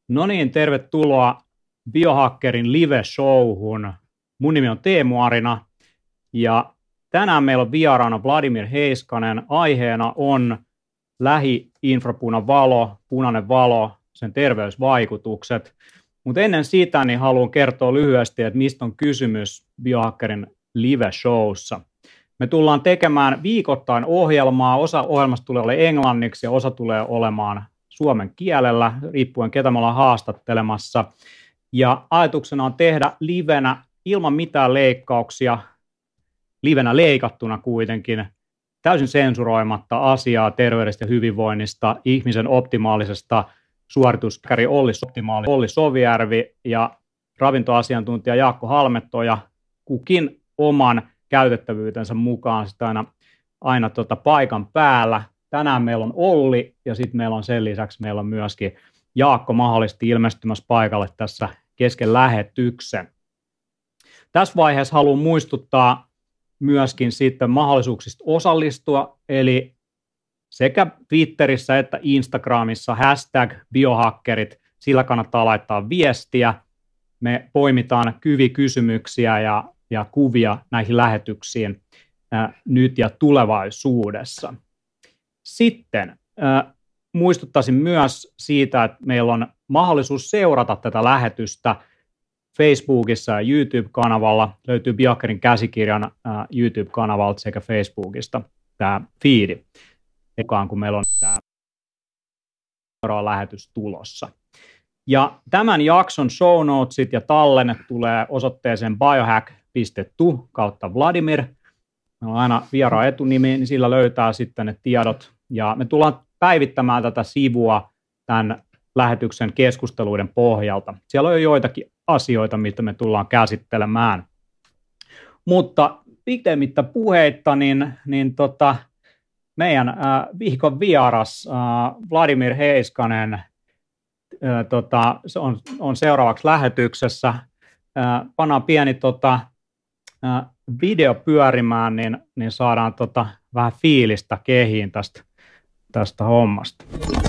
No niin, tervetuloa Biohackerin live-showhun. Mun nimi on Teemu Arina ja tänään meillä on vieraana Vladimir Heiskanen. Aiheena on lähi-infrapunavalo, punainen valo, sen terveysvaikutukset. Mutta ennen sitä niin haluan kertoa lyhyesti, että mistä on kysymys Biohackerin live-showssa. Me tullaan tekemään viikoittain ohjelmaa. Osa ohjelmasta tulee olemaan englanniksi ja osa tulee olemaan suomen kielellä, riippuen ketä me ollaan haastattelemassa. Ja ajatuksena on tehdä livenä ilman mitään leikkauksia, livenä leikattuna kuitenkin, täysin sensuroimatta asiaa terveydestä ja hyvinvoinnista, ihmisen optimaalisesta suorituskäri Olli Sovijärvi ja ravintoasiantuntija Jaakko Halmettoja, kukin oman käytettävyytensä mukaan sitä aina paikan päällä. Tänään meillä on Olli ja sitten meillä on sen lisäksi meillä on myöskin Jaakko mahdollisesti ilmestymässä paikalle tässä kesken lähetyksen. Tässä vaiheessa haluan muistuttaa myöskin sitten mahdollisuuksista osallistua, eli sekä Twitterissä että Instagramissa #biohackerit, sillä kannattaa laittaa viestiä. Me poimitaan kysymyksiä ja kuvia näihin lähetyksiin nyt ja tulevaisuudessa. Sitten muistuttaisin myös siitä, että meillä on mahdollisuus seurata tätä lähetystä Facebookissa ja YouTube-kanavalla. Löytyy Biohackerin käsikirjan YouTube-kanavalta sekä Facebookista tämä feedi, mukaan kun meillä on tämä seuraava lähetys tulossa. Ja tämän jakson show notesit ja tallenne tulee osoitteeseen biohack.tu/Vladimir. Meillä on aina vieraan etunimi, niin sillä löytää sitten ne tiedot. Ja me tullaan päivittämään tätä sivua tämän lähetyksen keskusteluiden pohjalta. Siellä on jo joitakin asioita, mitä me tullaan käsittelemään. Mutta pitemmittä puheitta, meidän viikon vieras Vladimir Heiskanen se on seuraavaksi lähetyksessä. Pannaan pieni video pyörimään, niin saadaan vähän fiilistä kehiin tästä hommasta.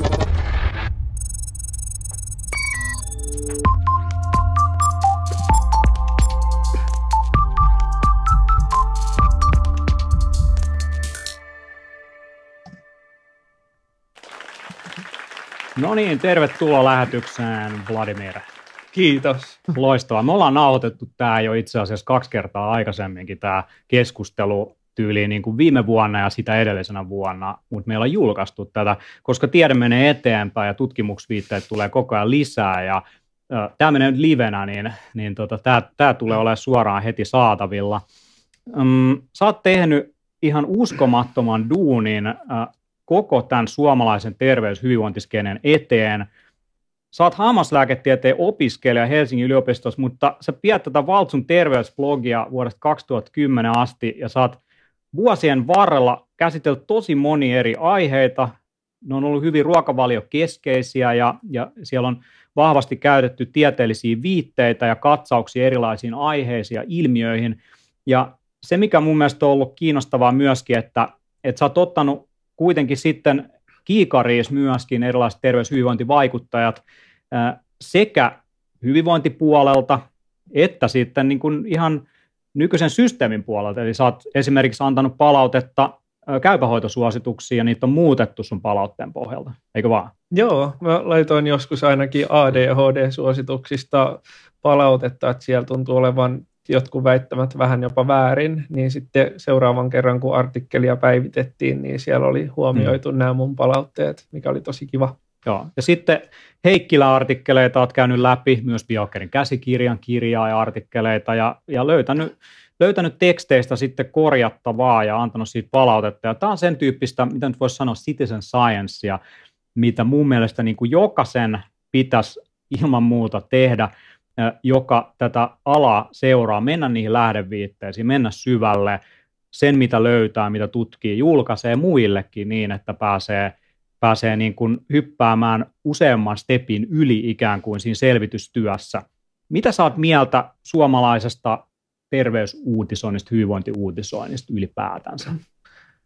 No niin, tervetuloa lähetykseen, Vladimir. Kiitos. Loistavaa. Me ollaan nauhoitettu tämä jo itse asiassa 2 kertaa aikaisemminkin, tämä keskustelu tyyliin niin kuin viime vuonna ja sitä edellisenä vuonna, mutta meillä on julkaistu tätä, koska tiede menee eteenpäin ja tutkimusviitteet tulee koko ajan lisää ja tämä menee nyt livenä, niin tämä tulee olemaan suoraan heti saatavilla. Sä oot tehnyt ihan uskomattoman duunin koko tämän suomalaisen terveys- hyvinvointiskeneen eteen. Sä oot hammaslääketieteen opiskelija Helsingin yliopistossa, mutta sä pidät tätä Valtsun terveysblogia vuodesta 2010 asti ja sä oot vuosien varrella käsitellyt tosi monia eri aiheita. Ne on ollut hyvin ruokavaliokeskeisiä ja siellä on vahvasti käytetty tieteellisiä viitteitä ja katsauksia erilaisiin aiheisiin ja ilmiöihin. Ja se, mikä mun mielestä on ollut kiinnostavaa myöskin, että sä oot ottanut kuitenkin sitten kiikariis myöskin erilaiset terveys- ja hyvinvointivaikuttajat sekä hyvinvointipuolelta että sitten niin kuin ihan nykyisen systeemin puolelta. Eli sä oot esimerkiksi antanut palautetta käypähoitosuosituksiin ja niitä on muutettu sun palautteen pohjalta, eikö vaan? Joo, mä laitoin joskus ainakin ADHD-suosituksista palautetta, että siellä tuntuu olevan jotkut väittämät vähän jopa väärin, niin sitten seuraavan kerran, kun artikkelia päivitettiin, niin siellä oli huomioitu nämä mun palautteet, mikä oli tosi kiva. Joo, ja sitten Heikkilä-artikkeleita olet käynyt läpi, myös Biohackerin käsikirjan kirjaa ja artikkeleita, ja löytänyt teksteistä sitten korjattavaa ja antanut siitä palautetta. Ja tämä on sen tyyppistä, mitä nyt voisi sanoa, citizen sciencea, mitä mun mielestä niin kuin jokaisen pitäisi ilman muuta tehdä, joka tätä alaa seuraa, mennä niihin lähdeviitteisiin, mennä syvälle, sen mitä löytää, mitä tutkii, julkaisee muillekin niin, että pääsee niin kuin hyppäämään useamman stepin yli ikään kuin siinä selvitystyössä. Mitä sä oot mieltä suomalaisesta terveysuutisoinnista, hyvinvointiuutisoinnista ylipäätänsä?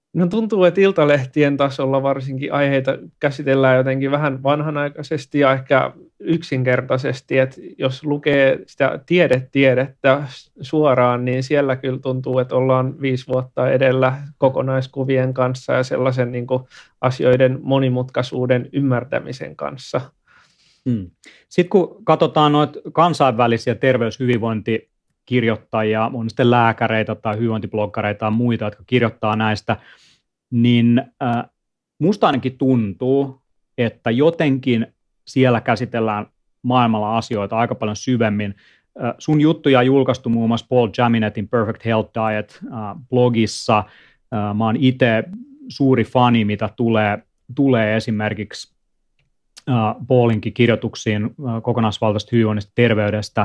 No tuntuu, että iltalehtien tasolla varsinkin aiheita käsitellään jotenkin vähän vanhanaikaisesti ja ehkä yksinkertaisesti, että jos lukee sitä tiedettä suoraan, niin siellä kyllä tuntuu, että ollaan 5 vuotta edellä kokonaiskuvien kanssa ja sellaisen niin kuin asioiden monimutkaisuuden ymmärtämisen kanssa. Sitten kun katsotaan noita kansainvälisiä terveyshyvinvointikirjoittajia, on sitten lääkäreitä tai hyvinvointibloggareita tai muita, jotka kirjoittaa näistä, niin musta ainakin tuntuu, että jotenkin siellä käsitellään maailmalla asioita aika paljon syvemmin. Sun juttuja on julkaistu muun muassa Paul Jaminetin Perfect Health Diet blogissa. Mä oon itse suuri fani, mitä tulee esimerkiksi Paulinkin kirjoituksiin kokonaisvaltaisesta hyvinvoinnista terveydestä.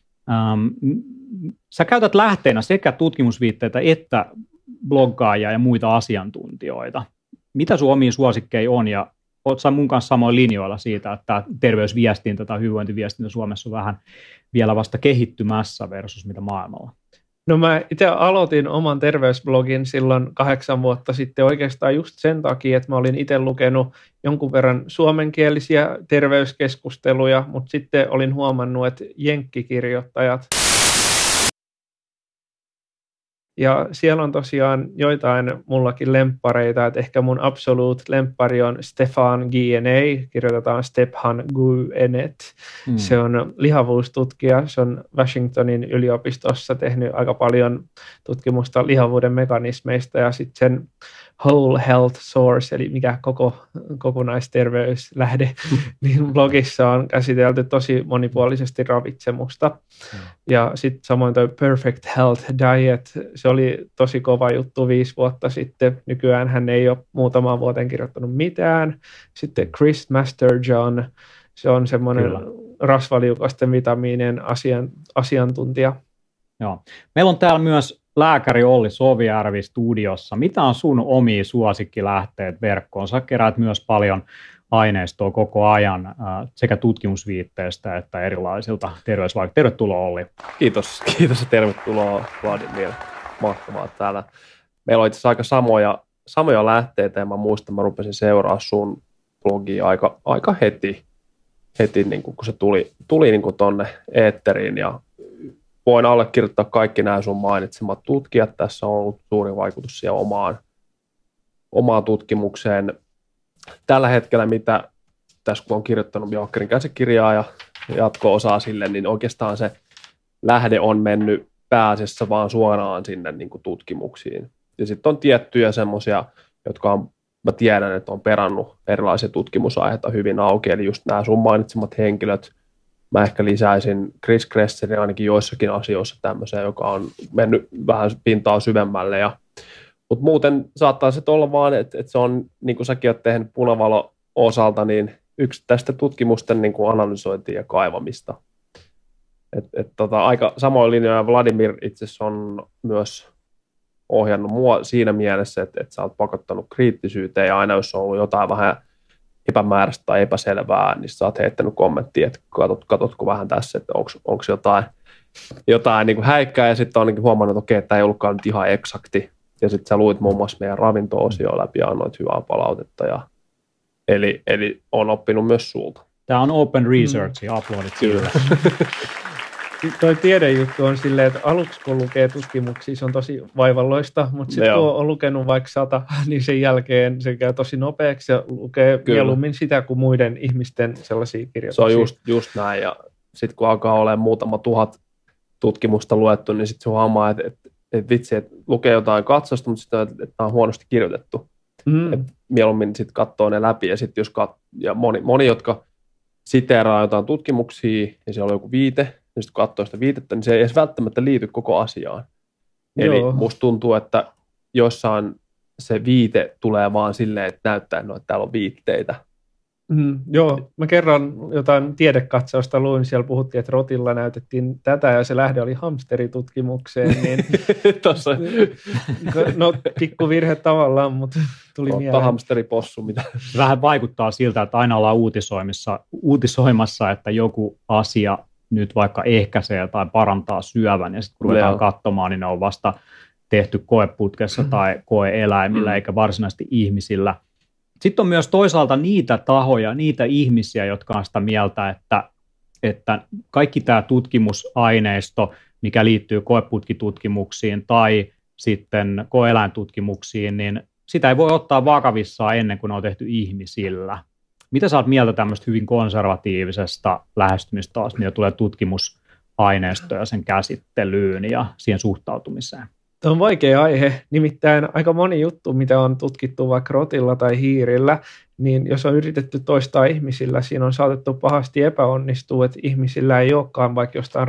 Sä käytät lähteenä sekä tutkimusviitteitä että bloggaajia ja muita asiantuntijoita. Mitä sun omiin suosikkeja on, ja oot sä mun kanssa samoin linjoilla siitä, että terveysviestintä tai hyvinvointiviestintä Suomessa on vähän vielä vasta kehittymässä versus mitä maailmalla? No mä itse aloitin oman terveysblogin silloin 8 vuotta sitten oikeastaan just sen takia, että mä olin itse lukenut jonkun verran suomenkielisiä terveyskeskusteluja, mutta sitten olin huomannut, että jenkkikirjoittajat ja siellä on tosiaan joitain mullakin lemppareita, että ehkä mun absolute lemppari on Stefan Guyenet, kirjoitetaan Stefan Guyenet. Se on lihavuustutkija, se on Washingtonin yliopistossa tehnyt aika paljon tutkimusta lihavuuden mekanismeista ja sitten sen Whole Health Source, eli mikä kokonaisterveyslähde, niin blogissa on käsitelty tosi monipuolisesti ravitsemusta. Ja sitten samoin toi Perfect Health Diet, se oli tosi kova juttu 5 vuotta sitten. Nykyään hän ei ole muutamaan vuoteen kirjoittanut mitään. Sitten Chris Masterjohn, se on semmoinen rasvaliukasten vitamiinien asiantuntija. Joo. Meillä on täällä myös lääkäri Olli Sovijärvi studiossa. Mitä on sun omia suosikkilähteet verkkoon? Sä keräät myös paljon aineistoa koko ajan sekä tutkimusviitteistä että erilaisilta terveysvaikutuksilta. Tervetuloa Olli. Kiitos ja tervetuloa Vladimir. Mahtavaa täällä. Meillä on itse asiassa aika samoja lähteitä ja mä muistan, mä rupesin seuraamaan sun blogia aika heti niin kun se tuli niin tonne eetteriin ja voin allekirjoittaa kaikki nämä sun mainitsemat tutkijat. Tässä on ollut suuri vaikutus siihen omaan tutkimukseen. Tällä hetkellä, mitä tässä kun on kirjoittanut Biohackerin käsikirjaa ja jatko-osaa sille, niin oikeastaan se lähde on mennyt pääasiassa vaan suoraan sinne niin kuin tutkimuksiin. Ja sitten on tiettyjä semmoisia, jotka mä tiedän, että on perannut erilaisia tutkimusaiheita hyvin auki, eli just nämä sun mainitsemat henkilöt. Mä ehkä lisäisin Chris Kresserin ainakin joissakin asioissa tämmöiseen, joka on mennyt vähän pintaa syvemmälle. Mutta muuten saattaa se olla vaan, että se on, niin kuin säkin oot tehnyt punavalo-osalta, niin yksittäisten tutkimusten niin kuin analysointia ja kaivamista. Aika samoin linjoja Vladimir itse asiassa on myös ohjannut mua siinä mielessä, että sä oot pakottanut kriittisyyteen ja aina jos on ollut jotain vähän epämääräistä tai epäselvää, niin sä oot heittänyt kommenttia, että katsotko vähän tässä, että onko jotain niin kuin häikkää, ja sitten on huomannut, että okei, että tämä ei ollutkaan nyt ihan eksakti, ja sitten sä luit muun muassa meidän ravinto-osioon läpi ja annoit hyvää palautetta, eli on oppinut myös sulta. Tämä on open research, ja uploadit kyllä. Tuo tiedejuttu on silleen, että aluksi kun lukee tutkimuksia, se on tosi vaivalloista, mutta sitten kun on lukenut vaikka 100, niin sen jälkeen se käy tosi nopeaksi ja lukee mieluummin sitä kuin muiden ihmisten sellaisia kirjoituksia. Se on just näin, ja sitten kun alkaa olemaan muutama 1000 tutkimusta luettu, niin sitten se huomaa, että vitsi, että lukee jotain katsosta, mutta sitten että tämä on huonosti kirjoitettu. Et mieluummin sitten katsoo ne läpi, ja sitten jos moni, jotka siteeraa jotain tutkimuksia, ja siellä on joku viite, ja sitten kun katsoo sitä viitettä, niin se ei edes välttämättä liity koko asiaan. Eli musta tuntuu, että jossain se viite tulee vaan silleen, että näyttää, että täällä on viitteitä. Joo, mä kerran jotain tiedekatsausta luin, siellä puhuttiin, että rotilla näytettiin tätä, ja se lähde oli hamsteritutkimukseen, niin no pikku virhe tavallaan, mutta tuli mieleen. Hamsteripossu, mitä. Vähän vaikuttaa siltä, että aina ollaan uutisoimassa, että joku asia nyt vaikka ehkäisee tai parantaa syövän, ja sitten kun ruvetaan katsomaan, niin ne on vasta tehty koeputkessa tai koeeläimillä eikä varsinaisesti ihmisillä. Sitten on myös toisaalta niitä tahoja, niitä ihmisiä, jotka on sitä mieltä, että kaikki tämä tutkimusaineisto, mikä liittyy koeputkitutkimuksiin tai sitten koeeläintutkimuksiin, niin sitä ei voi ottaa vakavissaan ennen kuin ne on tehty ihmisillä. Mitä sä oot mieltä tämmöistä hyvin konservatiivisesta lähestymistavasta, mitä tulee tutkimusaineistoja sen käsittelyyn ja siihen suhtautumiseen? Tämä on vaikea aihe, nimittäin aika moni juttu, mitä on tutkittu vaikka rotilla tai hiirillä, niin jos on yritetty toistaa ihmisillä, siinä on saatettu pahasti epäonnistua, että ihmisillä ei olekaan vaikka jostain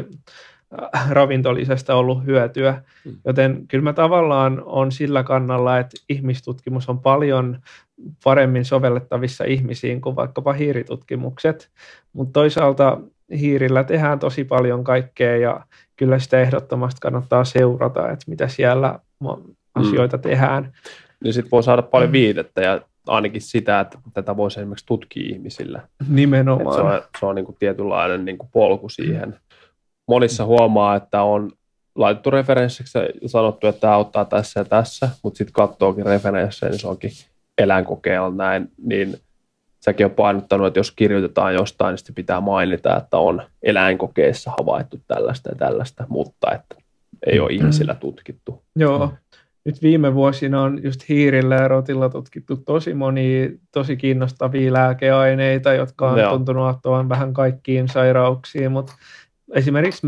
ravintolisästä ollut hyötyä. Joten kyllä mä tavallaan on sillä kannalla, että ihmistutkimus on paljon paremmin sovellettavissa ihmisiin kuin vaikkapa hiiritutkimukset, mutta toisaalta hiirillä tehdään tosi paljon kaikkea ja kyllä sitä ehdottomasti kannattaa seurata, että mitä siellä asioita tehdään. Niin sitten voi saada paljon viitettä ja ainakin sitä, että tätä voisi esimerkiksi tutkia ihmisillä. Nimenomaan. Se on niin kuin tietynlainen niin kuin polku siihen. Monissa huomaa, että on laitettu referenssiksi ja sanottu, että tämä auttaa tässä ja tässä, mutta sitten katsookin referenssejä, niin se onkin eläinkokeilla näin, niin säkin on painottanut, että jos kirjoitetaan jostain, niin sitten pitää mainita, että on eläinkokeissa havaittu tällaista ja tällaista, mutta että ei ole ihmisillä tutkittu. Joo. Nyt viime vuosina on just hiirillä ja rotilla tutkittu tosi monia tosi kiinnostavia lääkeaineita, jotka on tuntunut auttavan vähän kaikkiin sairauksiin, mutta esimerkiksi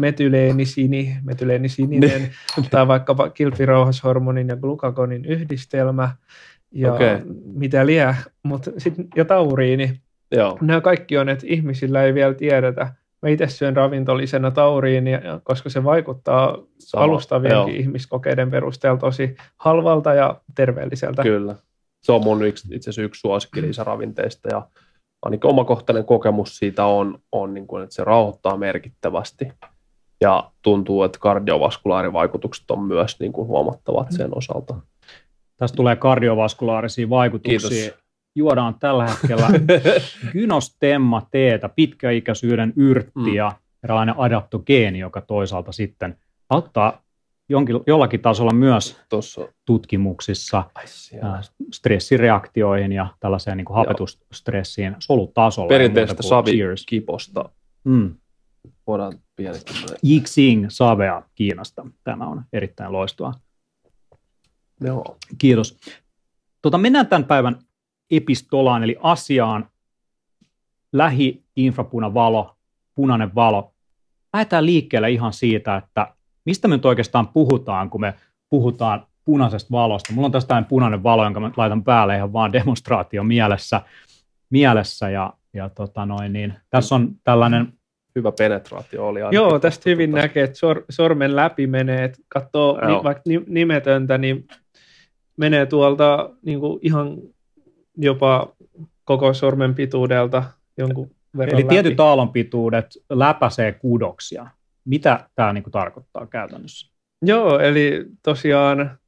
metyleenisiininen tai vaikkapa kilpirauhashormonin ja glukagonin yhdistelmä ja mitä liian, mutta sitten ja tauriini. Joo. Nämä kaikki on, että ihmisillä ei vielä tiedetä. Mä itse syön ravintolisena tauriinia, koska se vaikuttaa alustavienkin ihmiskokeiden perusteella tosi halvalta ja terveelliseltä. Kyllä. Se on mun itse asiassa yksi suosikki lisäravinteista ja ainakin omakohtainen kokemus siitä on niin kuin, että se rauhoittaa merkittävästi ja tuntuu, että kardiovaskulaarivaikutukset on myös niin kuin huomattavat sen osalta. Tästä tulee kardiovaskularisia vaikutuksia. Kiitos. Juodaan tällä hetkellä gynostemma-teetä, pitkäikäisyyden yrtti ja eräänlainen adaptogeeni, joka toisaalta sitten auttaa jollakin tasolla myös tutkimuksissa stressireaktioihin ja tällaiseen niin kuin hapetusstressiin solutasolla. Perinteistä savikiposta. Voidaan pienikin. Yixing savea Kiinasta. Tämä on erittäin loistavaa. Joo. Kiitos. Mennään tämän päivän epistolaan, eli asiaan. Lähi-infrapunavalo, punainen valo. Lähdetään liikkeelle ihan siitä, että mistä me nyt oikeastaan puhutaan, kun me puhutaan punaisesta valosta. Mulla on tästä tämmöinen punainen valo, jonka mä laitan päälle ihan vaan demonstraatio mielessä niin tässä on tällainen hyvä penetraatio oli. Joo, tästä hyvin näkee, että sormen läpi menee, että katsoo vaikka nimetöntä, niin menee tuolta niin kuin ihan jopa koko sormen pituudelta jonkun verran Eli läpi. tietyt aallonpituudet läpäisee kudoksia. Mitä tämä niin kuin tarkoittaa käytännössä? Joo, eli tosiaan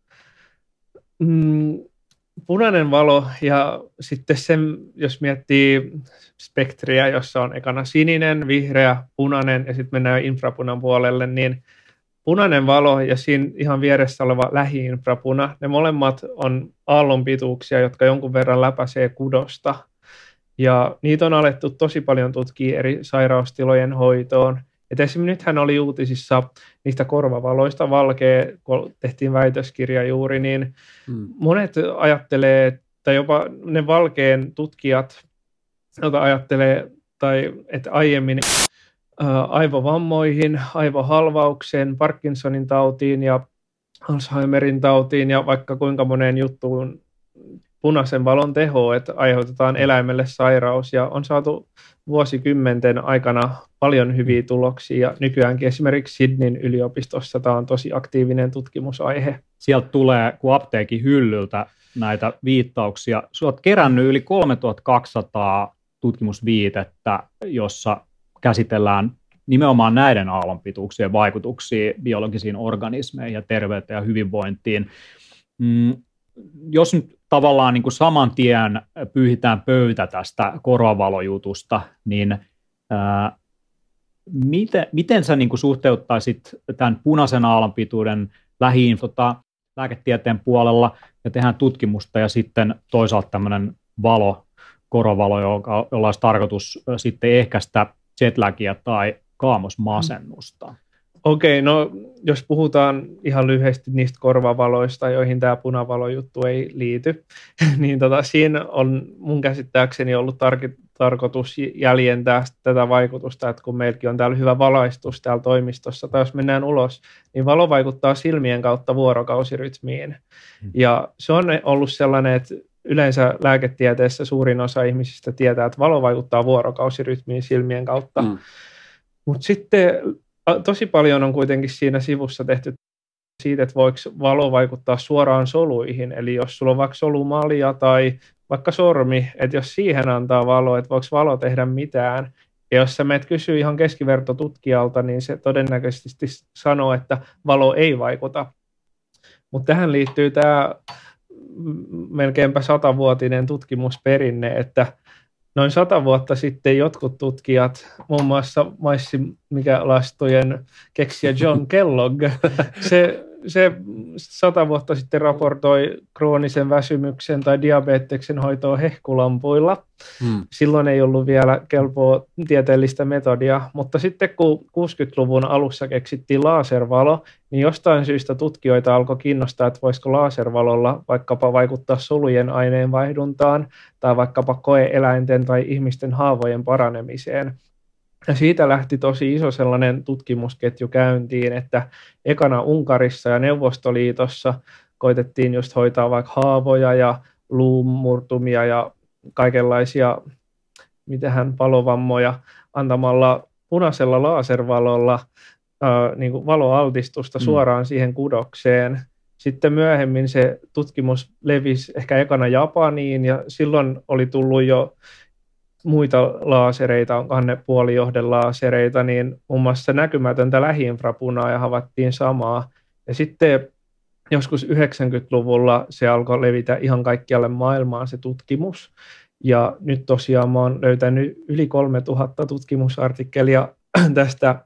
punainen valo ja sitten sen, jos miettii spektriä, jossa on ekana sininen, vihreä, punainen ja sitten mennään infrapunan puolelle, niin punainen valo ja siinä ihan vieressä oleva lähi-infrapuna, ne molemmat on aallonpituuksia, jotka jonkun verran läpäisee kudosta. Ja niitä on alettu tosi paljon tutkia eri sairaustilojen hoitoon. Et esimerkiksi nythän oli uutisissa niistä korvavaloista valkea, kun tehtiin väitöskirja juuri, niin monet ajattelee, tai jopa ne valkeen tutkijat, jotka ajattelee, tai että aiemmin aivovammoihin, aivohalvaukseen, Parkinsonin tautiin ja Alzheimerin tautiin ja vaikka kuinka moneen juttuun punaisen valon teho, että aiheutetaan eläimelle sairaus ja on saatu vuosikymmenten aikana paljon hyviä tuloksia ja nykyäänkin esimerkiksi Sydneyn yliopistossa tämä on tosi aktiivinen tutkimusaihe. Sieltä tulee kuin apteekin hyllyltä näitä viittauksia. Sä oot kerännyt yli 3200 tutkimusviitettä, jossa käsitellään nimenomaan näiden aallonpituuksien vaikutuksia biologisiin organismeihin ja terveyteen ja hyvinvointiin. Jos nyt tavallaan niin kuin saman tien pyyhitään pöytä tästä korvavalojutusta, niin miten sä niin kuin suhteuttaisit tämän punaisen aallonpituuden lääketieteen puolella ja tehdään tutkimusta ja sitten toisaalta tämmöinen korovalo, jolla olisi tarkoitus sitten ehkäistä jetlagia tai kaamosmasennusta. Okei, no jos puhutaan ihan lyhyesti niistä korvavaloista, joihin tämä punavalojuttu ei liity, niin siinä on mun käsittääkseni ollut tarkoitus jäljentää tätä vaikutusta, että kun meilläkin on täällä hyvä valaistus täällä toimistossa, tai jos mennään ulos, niin valo vaikuttaa silmien kautta vuorokausirytmiin. Ja se on ollut sellainen, että yleensä lääketieteessä suurin osa ihmisistä tietää, että valo vaikuttaa vuorokausirytmiin silmien kautta. Mutta sitten tosi paljon on kuitenkin siinä sivussa tehty siitä, että voiko valo vaikuttaa suoraan soluihin. Eli jos sulla on vaikka solumalja tai vaikka sormi, että jos siihen antaa valo, että voiko valo tehdä mitään. Ja jos sä menet kysyä ihan keskivertotutkijalta, niin se todennäköisesti sanoo, että valo ei vaikuta. Mutta tähän liittyy tämä melkeinpä 100-vuotinen tutkimusperinne, että noin 100 vuotta sitten jotkut tutkijat, muun muassa maissimikälastojen keksijä John Kellogg, se 100 vuotta sitten raportoi kroonisen väsymyksen tai diabeteksen hoitoa hehkulampuilla. Silloin ei ollut vielä kelpoa tieteellistä metodia, mutta sitten kun 60-luvun alussa keksittiin laservalo, niin jostain syystä tutkijoita alkoi kiinnostaa, että voisiko laservalolla vaikkapa vaikuttaa solujen aineenvaihduntaan tai vaikkapa koe-eläinten tai ihmisten haavojen paranemiseen. Ja siitä lähti tosi iso sellainen tutkimusketju käyntiin, että ekana Unkarissa ja Neuvostoliitossa koitettiin just hoitaa vaikka haavoja ja luumurtumia ja kaikenlaisia palovammoja antamalla punaisella laservalolla niin kuin valoaltistusta suoraan siihen kudokseen. Sitten myöhemmin se tutkimus levisi ehkä ekana Japaniin ja silloin oli tullut jo muita laasereita, kahdenpuolijohdelaasereita, niin muun muassa näkymätöntä lähi-infrapunaa ja havaittiin samaa. Ja sitten joskus 90-luvulla se alkoi levitä ihan kaikkialle maailmaan se tutkimus. Ja nyt tosiaan mä oon löytänyt yli 3000 tutkimusartikkelia tästä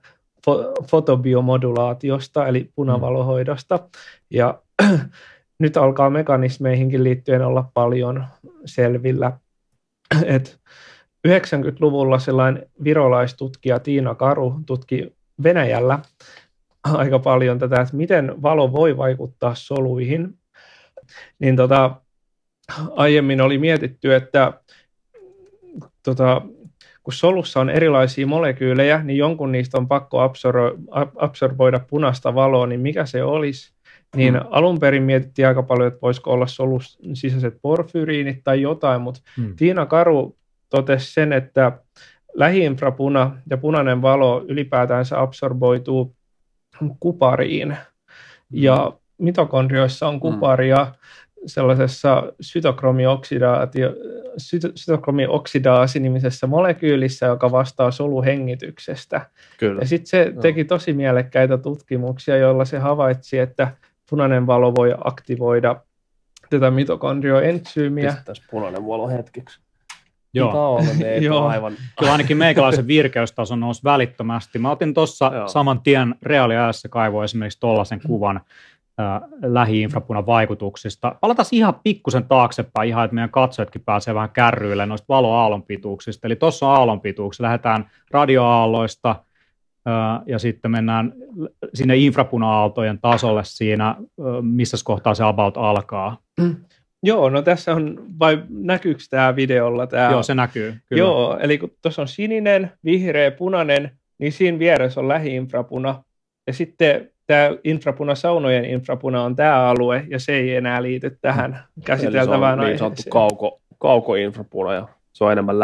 fotobiomodulaatiosta, eli punavalohoidosta. Ja nyt alkaa mekanismeihinkin liittyen olla paljon selvillä. Et 90-luvulla sellainen virolaistutkija Tiina Karu tutki Venäjällä aika paljon tätä, että miten valo voi vaikuttaa soluihin. Niin aiemmin oli mietitty, että kun solussa on erilaisia molekyylejä, niin jonkun niistä on pakko absorboida punaista valoa, niin mikä se olisi? Niin alun perin mietittiin aika paljon, että voisiko olla solun sisäiset porfyriinit tai jotain, mutta Tiina Karu totesi sen, että lähi-infrapuna ja punainen valo ylipäätänsä absorboituu kupariin. Ja mitokondrioissa on kuparia sellaisessa sytokromioksidaasi-nimisessä molekyylissä, joka vastaa soluhengityksestä. Kyllä. Ja sitten se teki tosi mielekkäitä tutkimuksia, joilla se havaitsi, että punainen valo voi aktivoida tätä mitokondrioentsyymiä. Pistetään punainen valo hetkeksi. Joo. Aivan. Kyllä ainakin meikäläisen virkeystaso nousi välittömästi. Mä otin tuossa saman tien reaaliajassa kaivoin esimerkiksi tuollaisen kuvan lähi-infrapunan vaikutuksista. Palataan ihan pikkusen taaksepäin, ihan että meidän katsojatkin pääsee vähän kärryille noista valoaallonpituuksista. Eli tuossa on aallonpituuksia. Lähdetään radioaalloista ja sitten mennään sinne infrapuna-aaltojen tasolle siinä, missä kohtaa se about alkaa. Joo, no tässä on, vai näkyykö tämä videolla? Joo, se näkyy. Kyllä. Joo, eli kun tuossa on sininen, vihreä, punainen, niin siinä vieressä on lähi-infrapuna. Ja sitten tämä infrapuna, saunojen infrapuna on tämä alue, ja se ei enää liity tähän käsiteltävään aiheeseen. Eli se on niin sanottu kaukoinfrapuna, ja se on enemmän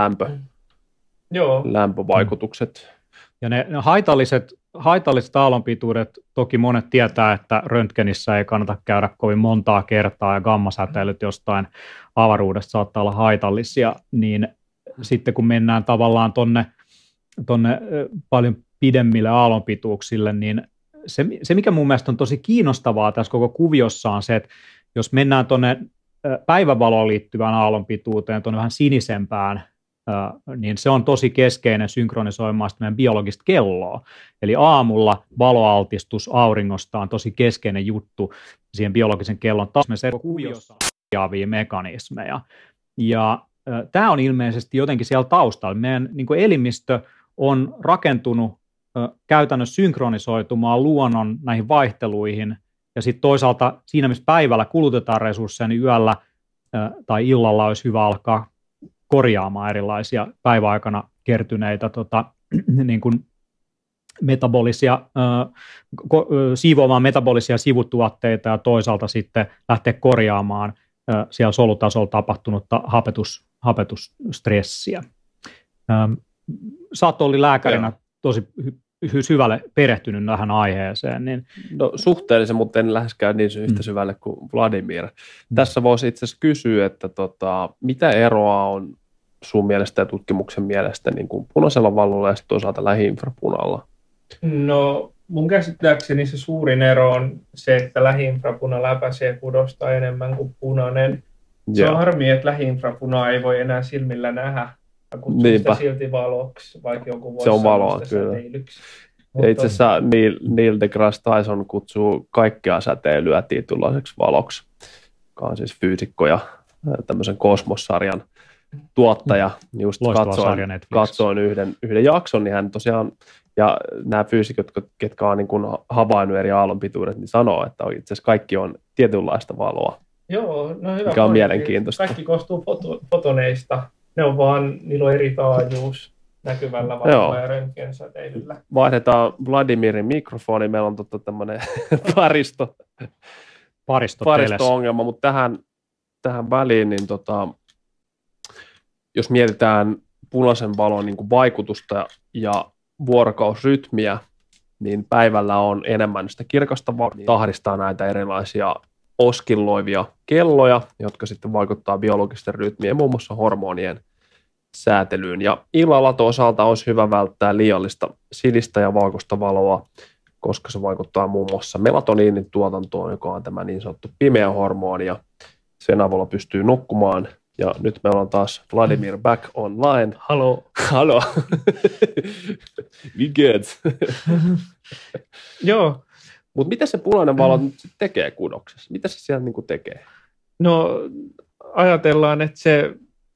lämpövaikutukset. Ja ne haitalliset aallonpituudet, toki monet tietää, että röntgenissä ei kannata käydä kovin montaa kertaa, ja gammasäteilyt jostain avaruudesta saattaa olla haitallisia, niin sitten kun mennään tavallaan tonne paljon pidemmille aallonpituuksille, niin se, mikä mun mielestä on tosi kiinnostavaa tässä koko kuviossa on se, että jos mennään tuonne päivävaloon liittyvään aallonpituuteen, tuonne vähän sinisempään niin se on tosi keskeinen synkronisoimaan meidän biologista kelloa. Eli aamulla valoaltistus auringosta on tosi keskeinen juttu siihen biologisen kellon taas kuviossa ohjaavia mekanismeja. Ja tämä on ilmeisesti jotenkin siellä taustalla. Meidän niin kuin elimistö on rakentunut käytännössä synkronisoitumaan luonnon näihin vaihteluihin, ja sitten toisaalta siinä, missä päivällä kulutetaan resursseja, niin yöllä tai illalla olisi hyvä alkaa korjaamaan erilaisia päiväaikana kertyneitä niin kuin siivoamaan metabolisia sivutuotteita ja toisaalta sitten lähteä korjaamaan siellä solutasolla tapahtunutta hapetusstressiä. Sä oot Olli lääkärinä tosi syvälle perehtynyt tähän aiheeseen. Niin... No suhteellisen, mutta en läheskään niin yhtä syvälle kuin Vladimir. Tässä voisi itse asiassa kysyä, että mitä eroa on sun mielestä ja tutkimuksen mielestä niin kuin punaisella valolla ja toisaalta lähi-infrapunalla? No mun käsittääkseni se suurin ero on se, että lähi-infrapuna läpäisee kudosta enemmän kuin punainen. Se on harmi, että lähi-infrapunaa ei voi enää silmillä nähdä. Kutsun sitä silti valoksi, vaikka joku voisi sanoa sitä säteilyksi. Ja itse asiassa Neil deGrasse Tyson kutsuu kaikkea säteilyä tietynlaiseksi valoksi, joka on siis fyysikko ja tämmöisen Kosmos-sarjan tuottaja. Just katsoin yhden jakson, niin hän tosiaan, ja nämä fyysikot, ketkä on niin kuin havainnut eri aallonpituudet, niin sanoo, että itse asiassa kaikki on tietynlaista valoa. Joo, no hyvä. Mikä on mielenkiintoista. Kaikki koostuu fotoneista. Niillä on eri taajuus näkyvällä valolla ja röntgensäteilyllä. Vaihdetaan Vladimirin mikrofoni. Meillä on tämmöinen paristo-ongelma, mutta tähän väliin, niin jos mietitään punaisen valon niin kuin vaikutusta ja vuorokausrytmiä, niin päivällä on enemmän sitä kirkasta valoa, tahdistaa näitä erilaisia oskilloivia kelloja, jotka sitten vaikuttaa biologisten rytmien, muun muassa hormonien säätelyyn. Ja illalla toisaalta olisi hyvä välttää liiallista sinistä ja valkoista valoa, koska se vaikuttaa muun muassa melatoniinin tuotantoon, joka on tämä niin sanottu pimeä hormoni, ja sen avulla pystyy nukkumaan. Ja nyt meillä on taas Vladimir back online. Halo. Halo. We good. Joo. Mutta mitä se punainen valo nyt tekee kudoksessa? Mitä se siellä niinku tekee? No ajatellaan, että se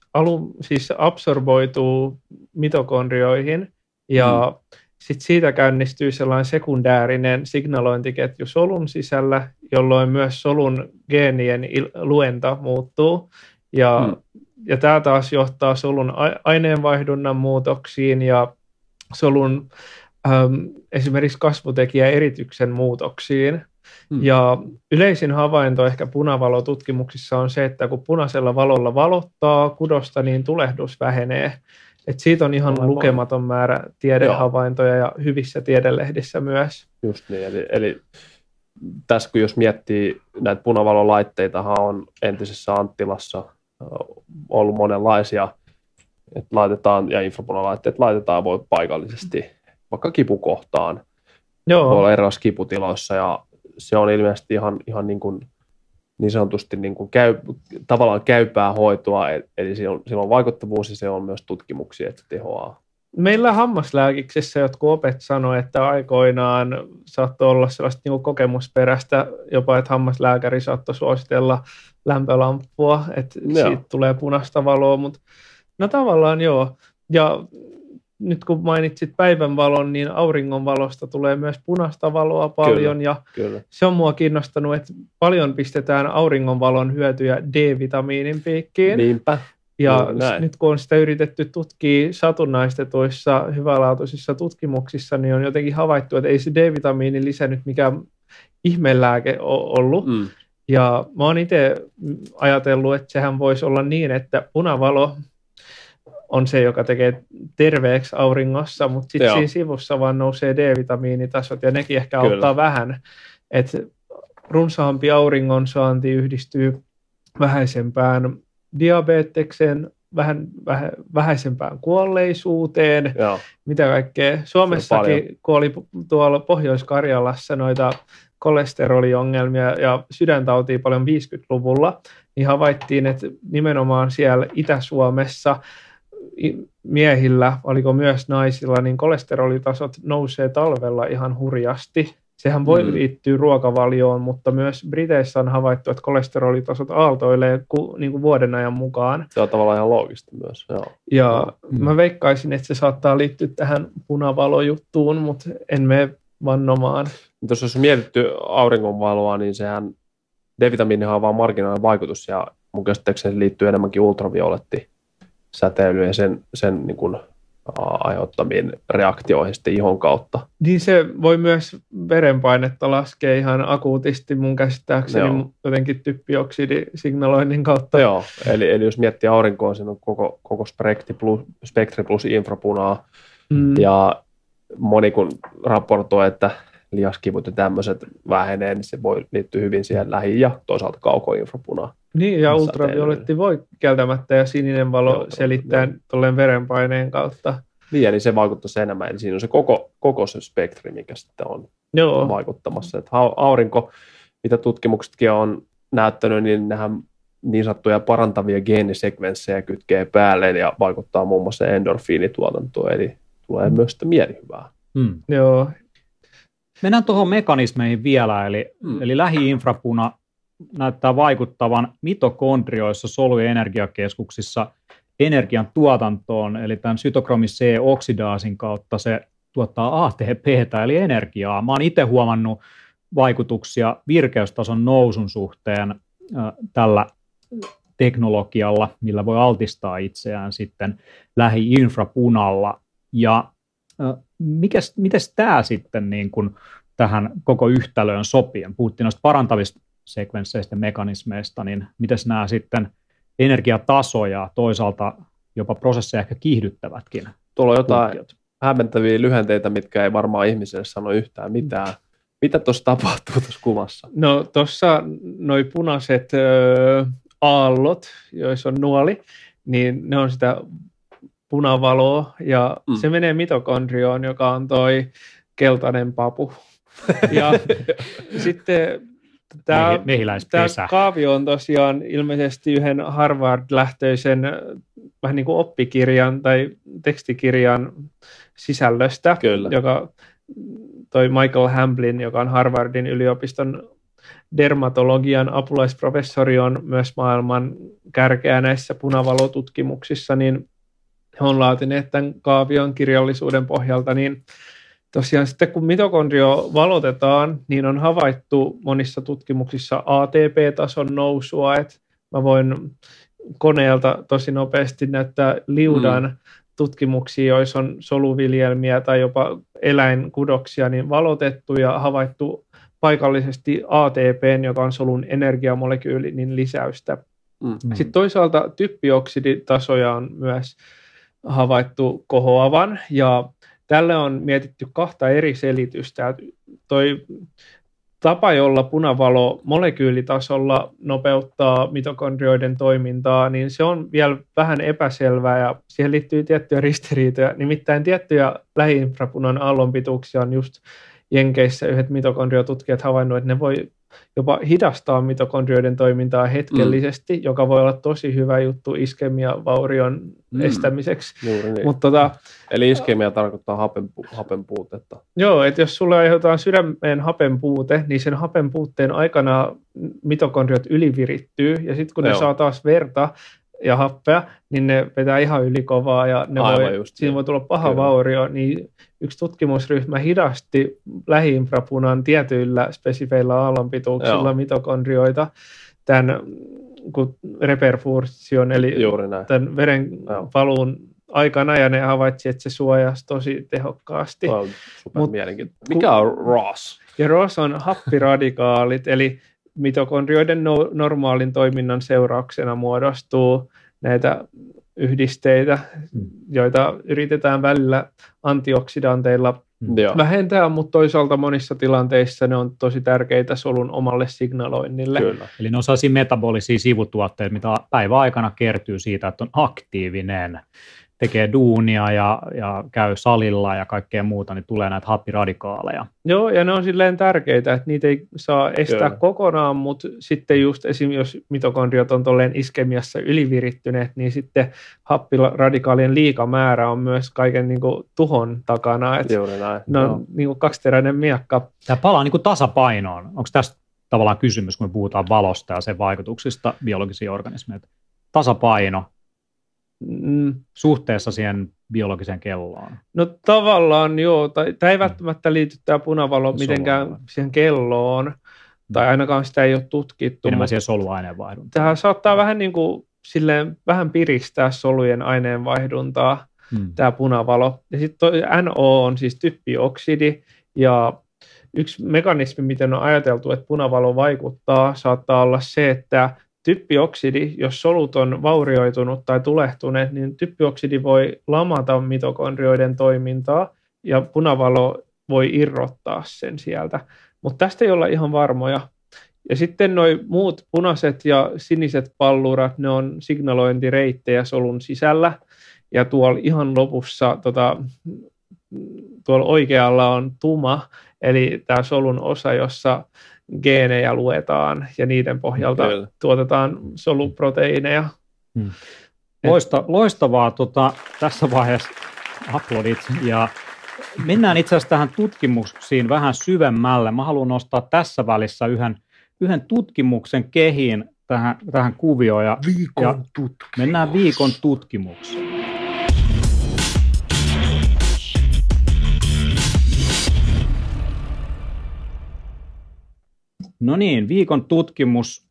siis absorboituu mitokondrioihin ja sitten siitä käynnistyy sellainen sekundäärinen signalointiketju solun sisällä, jolloin myös solun geenien luenta muuttuu. Ja tämä taas johtaa solun aineenvaihdunnan muutoksiin ja solun esimerkiksi kasvutekijäerityksen muutoksiin. Ja yleisin havainto ehkä punavalotutkimuksissa on se, että kun punaisella valolla valottaa kudosta, niin tulehdus vähenee. Et siitä on ihan lukematon määrä tiedehavaintoja ja hyvissä tiedelehdissä myös. Just niin, eli tässä kun jos miettii näitä punavalolaitteitahan on entisessä Anttilassa ollut monenlaisia, että laitetaan, ja infrapunalaitteet laitetaan voi paikallisesti vaikka kipukohtaan. Joo. Voi olla erilaisissa kiputiloissa, ja se on ilmeisesti ihan niin sanotusti tavallaan käypää hoitoa, eli sillä on vaikuttavuus ja se on myös tutkimuksia, että se tehoaa. Meillä hammaslääkiksessä jotkut opet sanoi, että aikoinaan saattoi olla sellaista niin kokemusperäistä, jopa että hammaslääkäri saattoi suositella lämpölamppua, että siitä tulee punaista valoa, mutta no tavallaan joo. Ja nyt kun mainitsit päivänvalon, niin auringonvalosta tulee myös punaista valoa paljon. Kyllä. Se on mua kiinnostanut, että paljon pistetään auringonvalon hyötyjä D-vitamiinin piikkiin. Niinpä. Ja nyt kun on sitä yritetty tutkia satunnaistetuissa hyvälaatuisissa tutkimuksissa, niin on jotenkin havaittu, että ei se D-vitamiini lisännyt mikään ihmelääke ollut. Ja mä oon itse ajatellut, että sehän voisi olla niin, että punavalo on se, joka tekee terveeksi auringossa, mutta sitten siinä sivussa vaan nousee D-vitamiinitasot ja nekin ehkä auttaa vähän. Että runsaampi auringonsaanti yhdistyy vähäisempään diabetekseen, vähäisempään kuolleisuuteen, mitä kaikkea. Suomessakin, kun oli tuolla Pohjois-Karjalassa noita kolesteroliongelmia ja sydäntautia paljon 50-luvulla, niin havaittiin, että nimenomaan siellä Itä-Suomessa miehillä, oliko myös naisilla, niin kolesterolitasot nousee talvella ihan hurjasti. Sehän voi liittyä ruokavalioon, mutta myös Briteissä on havaittu, että kolesterolitasot aaltoilee niin kuin vuoden ajan mukaan. Se on tavallaan ihan loogista myös. Joo. Ja mä veikkaisin, että se saattaa liittyä tähän punavalojuttuun, mutta en mene vannomaan. Tuossa jos on mietitty auringonvaloa, niin sehän D-vitamiinihan on vaan marginaalinen vaikutus ja mun käsittääkseni se liittyy enemmänkin ultraviolettisäteilyyn ja sen niin kuin aiheuttamiin reaktioihin sitten ihon kautta. Niin se voi myös verenpainetta laskea ihan akuutisti mun käsittääkseni jotenkin typpioksidisignaloinnin kautta. Joo, eli jos miettii aurinkoa, siinä on koko spektri plus infrapunaa ja moni kun raportoi, että lihaskivut ja tämmöiset vähenee, niin se voi liittyä hyvin siihen lähi- ja toisaalta kaukoinfrapunaan. Niin, ja ultravioletti voi kieltämättä ja sininen valo selittää tolleen verenpaineen kautta. Niin, eli se vaikuttaisi enemmän. Eli siinä on se koko se spektri, mikä sitten on vaikuttamassa. Että aurinko, mitä tutkimuksetkin on näyttänyt, niin nehän niin sanottuja parantavia geenisekvenssejä kytkee päälleen ja vaikuttaa muun muassa endorfiinituotantoon, eli tulee myös sitä mielihyvää. Joo. Mennään tuohon mekanismeihin vielä, eli lähi-infrapuna näyttää vaikuttavan mitokondrioissa solujen energiakeskuksissa energian tuotantoon, eli tämän cytokromi C-oksidaasin kautta se tuottaa ATP:tä, eli energiaa. Mä oon itse huomannut vaikutuksia virkeystason nousun suhteen tällä teknologialla, millä voi altistaa itseään sitten lähi-infrapunalla. Ja mites tämä sitten niin kun tähän koko yhtälöön sopien? Puhuttiin noista parantavista sekvensseistä ja mekanismeista, niin miten nämä sitten energiatasoja toisaalta jopa prosesseja ehkä kiihdyttävätkin? Tuolla on jotain hämmentäviä lyhenteitä, mitkä ei varmaan ihmiselle sano yhtään mitään. Mitä tuossa tapahtuu tuossa kuvassa? No tuossa noi punaiset aallot, joissa on nuoli, niin ne on sitä punavaloa ja se menee mitokondrioon, joka on toi keltainen papu. Ja sitten tämä kaavio on tosiaan ilmeisesti yhden Harvard-lähtöisen vähän niin kuin oppikirjan tai tekstikirjan sisällöstä, joka toi Michael Hamblin, joka on Harvardin yliopiston dermatologian apulaisprofessori, on myös maailman kärkeä näissä punavalotutkimuksissa, niin he on laatineet tämän kaavion kirjallisuuden pohjalta, niin tosiaan sitten kun mitokondrio valotetaan, niin on havaittu monissa tutkimuksissa ATP-tason nousua, että mä voin koneelta tosi nopeasti näyttää liudan tutkimuksia, joissa on soluviljelmiä tai jopa eläinkudoksia, niin valotettu ja havaittu paikallisesti ATP:n, joka on solun energiamolekyyli, niin lisäystä. Sitten toisaalta typpioksiditasoja on myös havaittu kohoavan, ja tälle on mietitty kahta eri selitystä. Toi tapa, jolla punavalo molekyylitasolla nopeuttaa mitokondrioiden toimintaa, niin se on vielä vähän epäselvää ja siihen liittyy tiettyjä ristiriitoja. Nimittäin tiettyjä lähi-infrapunan aallonpituuksia on just Jenkeissä yhdet mitokondriotutkijat havainnut, että ne voi jopa hidastaa mitokondrioiden toimintaa hetkellisesti, joka voi olla tosi hyvä juttu iskemiavaurion estämiseksi. Niin. Eli iskemia tarkoittaa hapenpuutetta. Joo, että jos sulla aiheutetaan sydämeen hapenpuute, niin sen hapenpuutteen aikana mitokondriot ylivirittyy, ja sitten kun ne saa taas verta ja happea, niin ne vetää ihan ylikovaa, ja siinä voi tulla paha vaurio, niin yksi tutkimusryhmä hidasti lähi-infrapunan tietyillä spesifeillä aallonpituuksilla mitokondrioita tämän reperfusion, eli tämän verenpaluun aikana, ja ne havaitsi, että se suojasi tosi tehokkaasti. Mikä on ROS? Ja ROS on happiradikaalit, eli mitokondrioiden normaalin toiminnan seurauksena muodostuu näitä yhdisteitä, joita yritetään välillä antioksidanteilla vähentää, mutta toisaalta monissa tilanteissa ne on tosi tärkeitä solun omalle signaloinnille. Kyllä. Eli ne on sellaisia metabolisia sivutuotteita, mitä päivän aikana kertyy siitä, että on aktiivinen tekee duunia ja käy salilla ja kaikkea muuta, niin tulee näitä happiradikaaleja. Joo, ja ne on silleen tärkeitä, että niitä ei saa estää kokonaan, mutta sitten just esimerkiksi, jos mitokondriot on tolleen iskemiassa ylivirittyneet, niin sitten happiradikaalien liikamäärä on myös kaiken niin kuin tuhon takana. Että ne on niin kuin kaksiteräinen miekka. Tämä palaa niin kuin tasapainoon. Onko tästä tavallaan kysymys, kun me puhutaan valosta ja sen vaikutuksista biologisiin organismeihin? Tasapaino suhteessa siihen biologiseen kelloon. No tavallaan joo, tämä ei välttämättä liity tämä punavalo mitenkään siihen kelloon, tai ainakaan sitä ei ole tutkittu. Enemmän siihen soluaineenvaihduntaan. Tämä saattaa vähän niin kuin silleen vähän piristää solujen aineenvaihduntaa, tämä punavalo. Ja sitten NO on siis typpioksidi, ja yksi mekanismi, miten on ajateltu, että punavalo vaikuttaa, saattaa olla se, että typpioksidi, jos solut on vaurioitunut tai tulehtuneet, niin typpioksidi voi lamata mitokondrioiden toimintaa ja punavalo voi irrottaa sen sieltä. Mutta tästä ei olla ihan varmoja. Ja sitten nuo muut punaiset ja siniset pallurat, ne on signalointireittejä solun sisällä. Ja tuolla ihan lopussa, tuolla oikealla on tuma, eli tämä solun osa, jossa geenejä luetaan ja niiden pohjalta tuotetaan soluproteiineja. Loistavaa tässä vaiheessa aplodit. Ja mennään itse asiassa tähän tutkimuksiin vähän syvemmälle. Mä haluan nostaa tässä välissä yhden tutkimuksen kehiin tähän kuvioon. Ja mennään viikon tutkimukseen. No niin, viikon tutkimus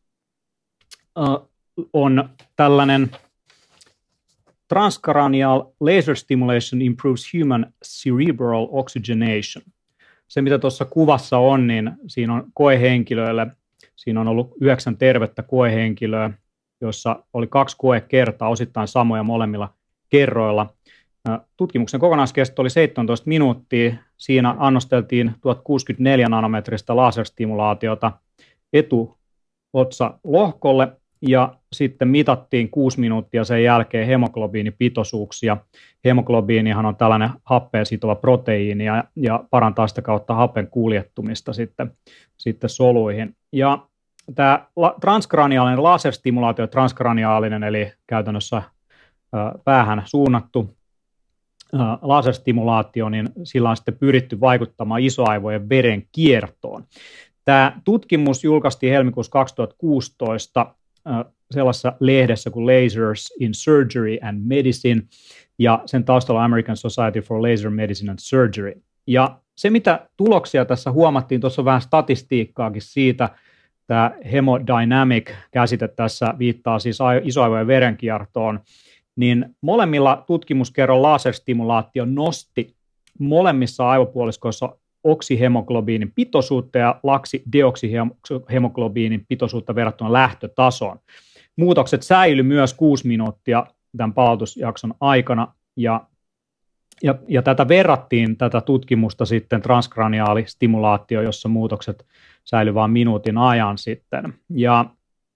on tällainen Transcranial Laser Stimulation Improves Human Cerebral Oxygenation. Se, mitä tuossa kuvassa on, niin siinä on koehenkilöille, siinä on ollut 9 tervettä koehenkilöä, joissa oli 2 koekertaa, osittain samoja molemmilla kerroilla. Tutkimuksen kokonaiskesto oli 17 minuuttia. Siinä annosteltiin 1064 nanometristä laserstimulaatiota etuotsalohkolle ja sitten mitattiin 6 minuuttia sen jälkeen hemoglobiinipitoisuuksia. Hemoglobiinihan on tällainen happeen sitova proteiini ja parantaa sitä kautta hapen kuljettumista sitten soluihin. Ja tämä transkraniaalinen laserstimulaatio, transkraniaalinen eli käytännössä päähän suunnattu laserstimulaatio, niin sillä on sitten pyritty vaikuttamaan isoaivojen veren kiertoon. Tämä tutkimus julkaistiin helmikuussa 2016 sellaisessa lehdessä kuin Lasers in Surgery and Medicine, ja sen taustalla on American Society for Laser Medicine and Surgery. Ja se, mitä tuloksia tässä huomattiin, tuossa on vähän statistiikkaakin siitä, tämä hemodynamic-käsite tässä viittaa siis isoaivojen verenkiertoon, niin molemmilla tutkimuskerron laserstimulaatio nosti molemmissa aivopuoliskoissa oksihemoglobiinin pitoisuutta ja deoksihemoglobiinin pitoisuutta verrattuna lähtötasoon. Muutokset säilyi myös 6 minuuttia tämän palautusjakson aikana, ja tätä verrattiin, tätä tutkimusta sitten transkraniaalistimulaatio, jossa muutokset säilyivät vain minuutin ajan sitten. Ja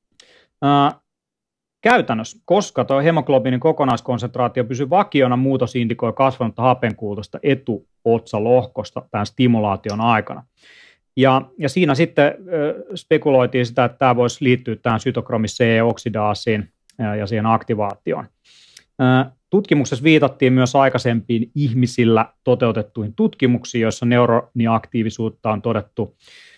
käytännössä, koska tuo hemoglobiinin kokonaiskonsentraatio pysyy vakiona, muutos indikoi kasvanutta hapenkulutusta etuotsalohkosta tämän stimulaation aikana. Ja siinä sitten spekuloitiin sitä, että tämä voisi liittyä tähän cytokromi C-oksidaasiin ja siihen aktivaatioon. Tutkimuksessa viitattiin myös aikaisempiin ihmisillä toteutettuihin tutkimuksiin, joissa neuroniaktiivisuutta on todettu,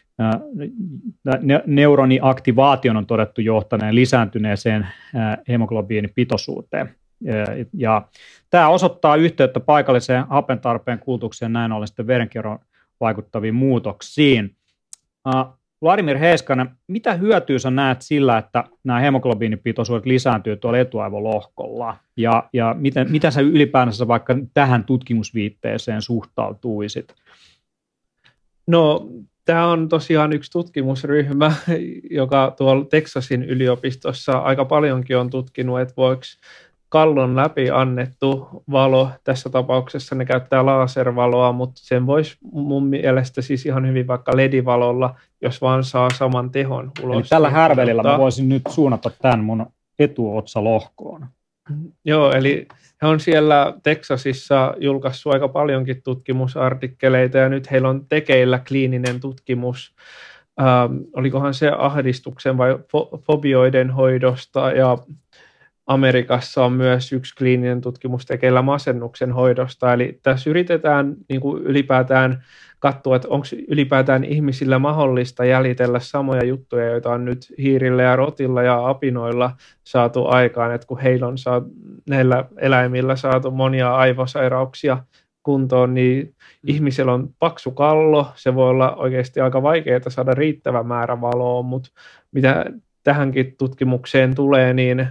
neuroniaktivaation on todettu johtaneen lisääntyneeseen hemoglobiinipitoisuuteen. Ja tämä osoittaa yhteyttä paikalliseen hapentarpeen kulutukseen näin ollen sitten verenkierron vaikuttaviin muutoksiin. Vladimir Heiskanen, mitä hyötyä sä näet sillä, että nämä hemoglobiinipitoisuudet lisääntyy tuolla etuaivolohkolla? Ja miten sä ylipäänsä vaikka tähän tutkimusviitteeseen suhtautuisit? No, tämä on tosiaan yksi tutkimusryhmä, joka tuolla Texasin yliopistossa aika paljonkin on tutkinut, että voiko kallon läpi annettu valo, tässä tapauksessa ne käyttää laservaloa, mutta sen voisi mun mielestä siis ihan hyvin vaikka LED-valolla, jos vaan saa saman tehon ulos. Eli tällä härvelillä mä voisin nyt suunnata tämän mun etuotsalohkoon. Joo, eli he on siellä Texasissa julkaissut aika paljonkin tutkimusartikkeleita ja nyt heillä on tekeillä kliininen tutkimus. Olikohan se ahdistuksen vai fobioiden hoidosta ja Amerikassa on myös yksi kliininen tutkimus tekeillä masennuksen hoidosta. Eli tässä yritetään niin kuin ylipäätään katsoa, että onko ylipäätään ihmisillä mahdollista jäljitellä samoja juttuja, joita on nyt hiirillä ja rotilla ja apinoilla saatu aikaan, että kun heillä on näillä eläimillä saatu monia aivosairauksia kuntoon, niin ihmisellä on paksu kallo, se voi olla oikeasti aika vaikeaa saada riittävä määrä valoa, mutta mitä tähänkin tutkimukseen tulee, niin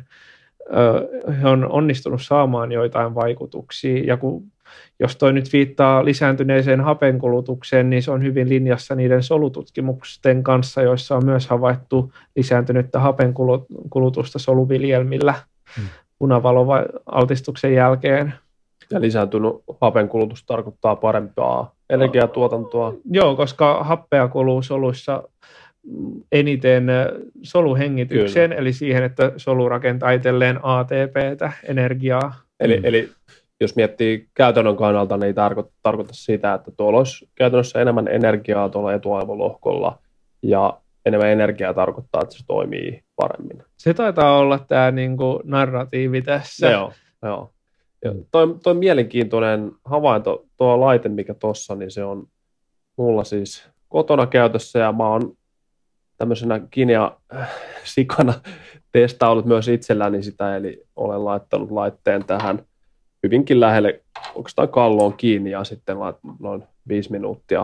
he on onnistunut saamaan joitain vaikutuksia, ja jos toi nyt viittaa lisääntyneeseen hapenkulutukseen, niin se on hyvin linjassa niiden solututkimusten kanssa, joissa on myös havaittu lisääntynyttä hapenkulutusta soluviljelmillä punavaloaltistuksen jälkeen. Ja lisääntynyt hapenkulutus tarkoittaa parempaa energiatuotantoa. Joo, koska happea kuluu soluissa eniten soluhengitykseen, eli siihen, että solu rakentaa itselleen ATP:tä, energiaa. Eli jos miettii käytännön kannalta, niin ei tarkoita sitä, että tuolla olisi käytännössä enemmän energiaa tuolla etuaivolohkolla, ja enemmän energiaa tarkoittaa, että se toimii paremmin. Se taitaa olla tämä niinku narratiivi tässä. Joo. Ja toi mielenkiintoinen havainto, tuo laite, mikä tuossa, niin se on mulla siis kotona käytössä, ja mä oon tämmöisenä Kinea-sikana testaillut myös itselläni sitä, eli olen laittanut laitteen tähän hyvinkin lähelle oikeastaan kalloon kiinni ja sitten noin 5 minuuttia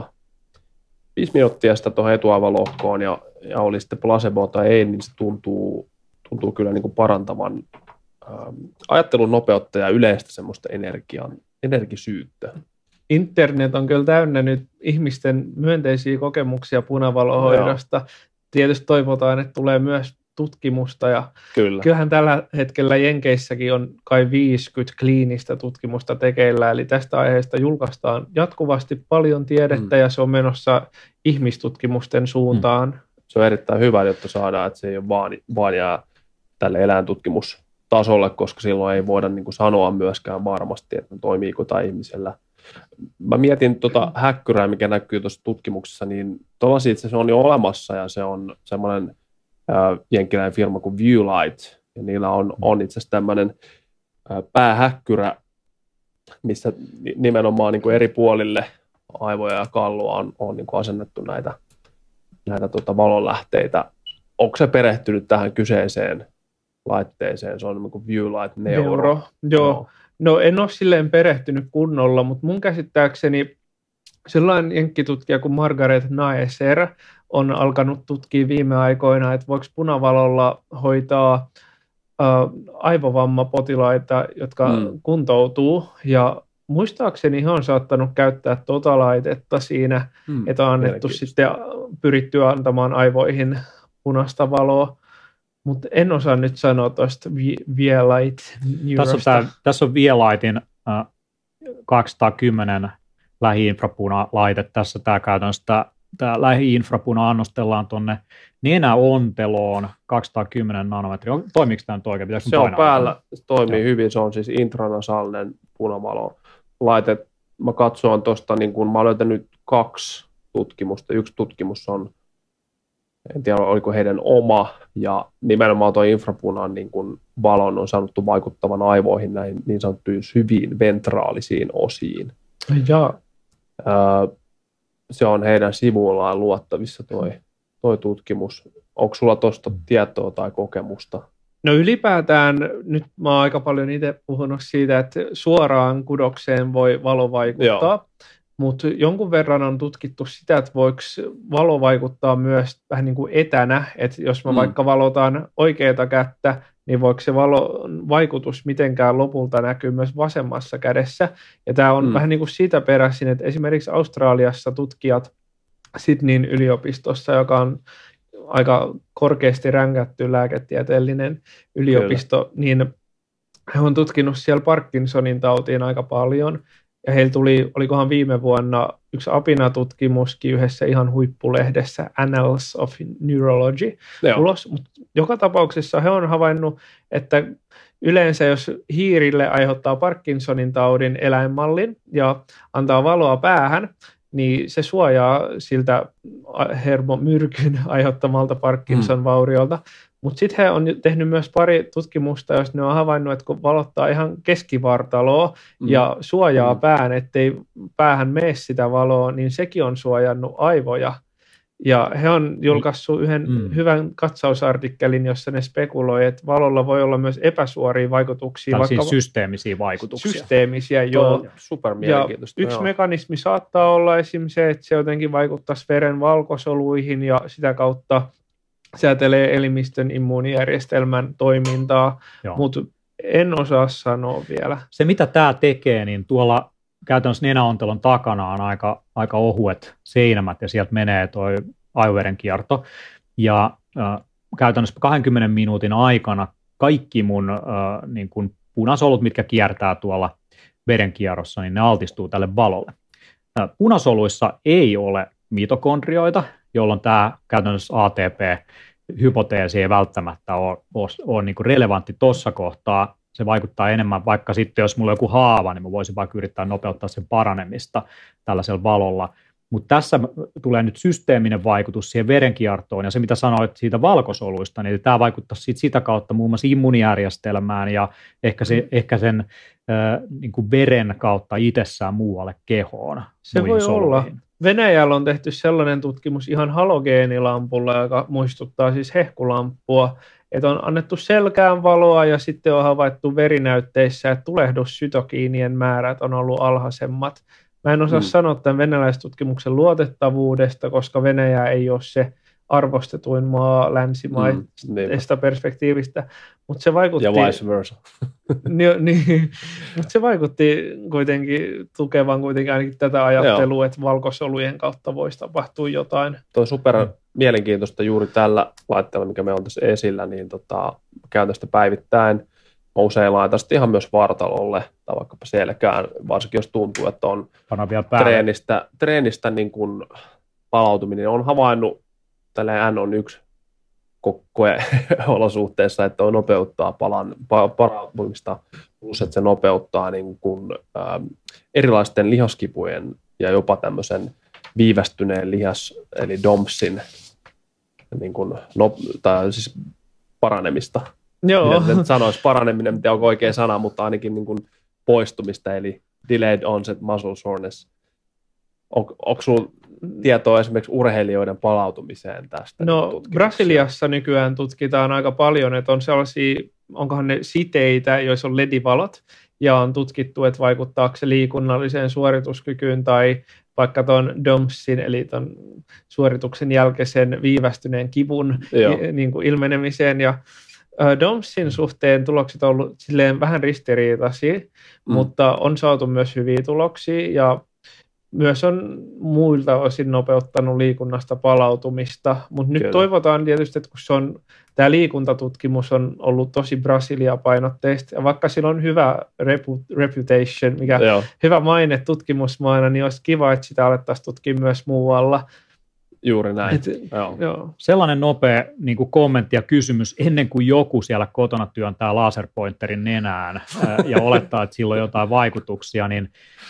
sitä tuohon etuaivalohkoon ja oli sitten placebo tai ei, niin se tuntuu kyllä niin kuin parantavan ajattelun nopeutta ja yleistä semmoista energisyyttä. Internet on kyllä täynnä nyt ihmisten myönteisiä kokemuksia punavalohoidosta. Joo. Tietysti toivotaan, että tulee myös tutkimusta ja kyllähän tällä hetkellä Jenkeissäkin on kai 50 kliinistä tutkimusta tekeillä, eli tästä aiheesta julkaistaan jatkuvasti paljon tiedettä ja se on menossa ihmistutkimusten suuntaan. Se on erittäin hyvä, jotta saadaan, että se ei ole vaan jää tälle eläintutkimustasolle, koska silloin ei voida niin kuin sanoa myöskään varmasti, että toimiiko tämä ihmisellä. Mä mietin häkkyrää, mikä näkyy tuossa tutkimuksessa, niin tuollaisia itse se on jo olemassa ja se on semmoinen jenkkiläinen firma kuin Viewlight, ja niillä on itse asiassa tämmöinen päähäkkyrä, missä nimenomaan niin kuin eri puolille aivoja ja kalloa on niin kuin asennettu näitä valonlähteitä. Onko se perehtynyt tähän kyseiseen laitteeseen? Se on niin kuin Viewlight Neuro. Joo. No en ole silleen perehtynyt kunnolla, mutta mun käsittääkseni sellainen jenkkitutkija kuin Margaret Naeser on alkanut tutkia viime aikoina, että voiko punavalolla hoitaa aivovammapotilaita, jotka kuntoutuu. Ja muistaakseni he on saattanut käyttää laitetta siinä, että on annettu sitten pyrittyä antamaan aivoihin punaista valoa. Mutta en osaa nyt sanoa tuosta Viewlight Neurosta. Tässä on Viewlightin 210 lähi-infrapuna-laite. Tässä tämä käytännössä tämä lähi-infrapuna annostellaan tuonne nenäonteloon 210 nanometriä. Toimiiko tämä nyt oikein? Se on päällä, se toimii hyvin. Se on siis intranasaalinen punavalo-laite. Mä katsoin tuosta, niin kun mä olen löytänyt 2 tutkimusta. Yksi tutkimus on, en tiedä oliko heidän oma, ja nimenomaan tuo infrapunan niin kun valon on sanottu vaikuttavan aivoihin näihin niin sanottuihin syviin ventraalisiin osiin. Ja se on heidän sivuillaan luottavissa toi tutkimus. Onko sulla tuosta tietoa tai kokemusta? No ylipäätään nyt mä oon aika paljon itse puhunut siitä, että suoraan kudokseen voi valo vaikuttaa, mutta jonkun verran on tutkittu sitä, että voiko valo vaikuttaa myös vähän niin kuin etänä, että jos mä vaikka valotaan oikeata kättä, niin voiko se vaikutus mitenkään lopulta näkyy myös vasemmassa kädessä. Ja tämä on vähän niin kuin siitä peräisin, että esimerkiksi Australiassa tutkijat Sydneyn yliopistossa, joka on aika korkeasti ränkätty lääketieteellinen yliopisto, niin he on tutkinut siellä Parkinsonin tautiin aika paljon. Ja heillä tuli, olikohan viime vuonna, yksi apinatutkimuskin yhdessä ihan huippulehdessä Annals of Neurology ulos. Mutta joka tapauksessa he on havainnut, että yleensä jos hiirille aiheuttaa Parkinsonin taudin eläinmallin ja antaa valoa päähän, niin se suojaa siltä hermomyrkyn aiheuttamalta Parkinson-vauriolta. Mutta sitten he on tehnyt myös pari tutkimusta, jos ne on havainnut, että kun valottaa ihan keskivartaloa ja suojaa pään, ettei päähän mene sitä valoa, niin sekin on suojannut aivoja. Ja he on julkaissut yhden hyvän katsausartikkelin, jossa ne spekuloi, että valolla voi olla myös epäsuoria vaikutuksia. Tai siis systeemisiä vaikutuksia. Systeemisiä, joo. Supermielenkiintoista. Yksi mekanismi saattaa olla esimerkiksi se, että se jotenkin vaikuttaisi veren valkosoluihin ja sitä kautta säätelee elimistön immuunijärjestelmän toimintaa, mutta en osaa sanoa vielä. Se, mitä tämä tekee, niin tuolla käytännössä nenäontelon takana on aika ohuet seinämät, ja sieltä menee tuo aivoverenkierto. Ja käytännössä 20 minuutin aikana kaikki mun niin kun punasolut, mitkä kiertää tuolla verenkierrossa, niin ne altistuu tälle valolle. Punasoluissa ei ole mitokondrioita, jolloin tämä käytännössä ATP-hypoteesi ei välttämättä ole niin kuin relevantti tuossa kohtaa. Se vaikuttaa enemmän, vaikka sitten jos mulla on joku haava, niin mä voisin vaikka yrittää nopeuttaa sen paranemista tällaisella valolla. Mutta tässä tulee nyt systeeminen vaikutus siihen verenkiertoon, ja se mitä sanoit siitä valkosoluista, niin tämä vaikuttaa sitä kautta muun muassa immunijärjestelmään ja ehkä sen niin kuin veren kautta itsessään muualle kehoon. Se voi olla. Venäjällä on tehty sellainen tutkimus ihan halogeenilampulla, joka muistuttaa siis hehkulampua, että on annettu selkään valoa ja sitten on havaittu verinäytteissä, että tulehdussytokiinien määrät on ollut alhaisemmat. Mä en osaa sanoa tämän venäläistutkimuksen luotettavuudesta, koska Venäjä ei ole se arvostetuin maa länsimaista perspektiivistä, mutta se vaikutti... Ja vice versa. niin, mutta se vaikutti kuitenkin tukevan ainakin tätä ajattelua, että valkosolujen kautta voisi tapahtua jotain. Tuo on super mielenkiintoista juuri tällä laitteella, mikä me on tässä esillä, niin käytän sitä päivittäin. Mä usein laitan sitä ihan myös vartalolle tai vaikkapa selkään, varsinkin jos tuntuu, että on treenistä niin kuin palautuminen. On havainnut tälleen N1 koe-olosuhteessa, että on nopeuttaa palautumista, plus että se nopeuttaa niin kuin, erilaisten lihaskipujen ja jopa tämmöisen viivästyneen eli DOMSin niin kuin, tai siis paranemista. Joo. En sanoisi paraneminen, mitä on oikein sana, mutta ainakin niin kuin poistumista, eli delayed onset muscle soreness. Onko sinulla tietoa esimerkiksi urheilijoiden palautumiseen tästä? No Brasiliassa nykyään tutkitaan aika paljon, että on sellaisia, onkohan ne siteitä, joissa on LED-valot, ja on tutkittu, että vaikuttaako se liikunnalliseen suorituskykyyn tai vaikka tuon DOMSin, eli tuon suorituksen jälkeisen viivästyneen kivun niin kuin ilmenemiseen, ja DOMSin suhteen tulokset on ollut silleen vähän ristiriitaisia, mutta on saatu myös hyviä tuloksia, ja myös on muilta osin nopeuttanut liikunnasta palautumista, mutta nyt toivotaan tietysti, että kun tämä liikuntatutkimus on ollut tosi Brasilia-painotteista, ja vaikka sillä on hyvä reputation, mikä hyvä maine tutkimusmaana, niin olisi kiva, että sitä alettaisiin tutkia myös muualla. Juuri näin. Sellainen nopea niin kuin kommentti ja kysymys, ennen kuin joku siellä kotona työntää laserpointerin nenään ja olettaa, että sillä on jotain vaikutuksia, niin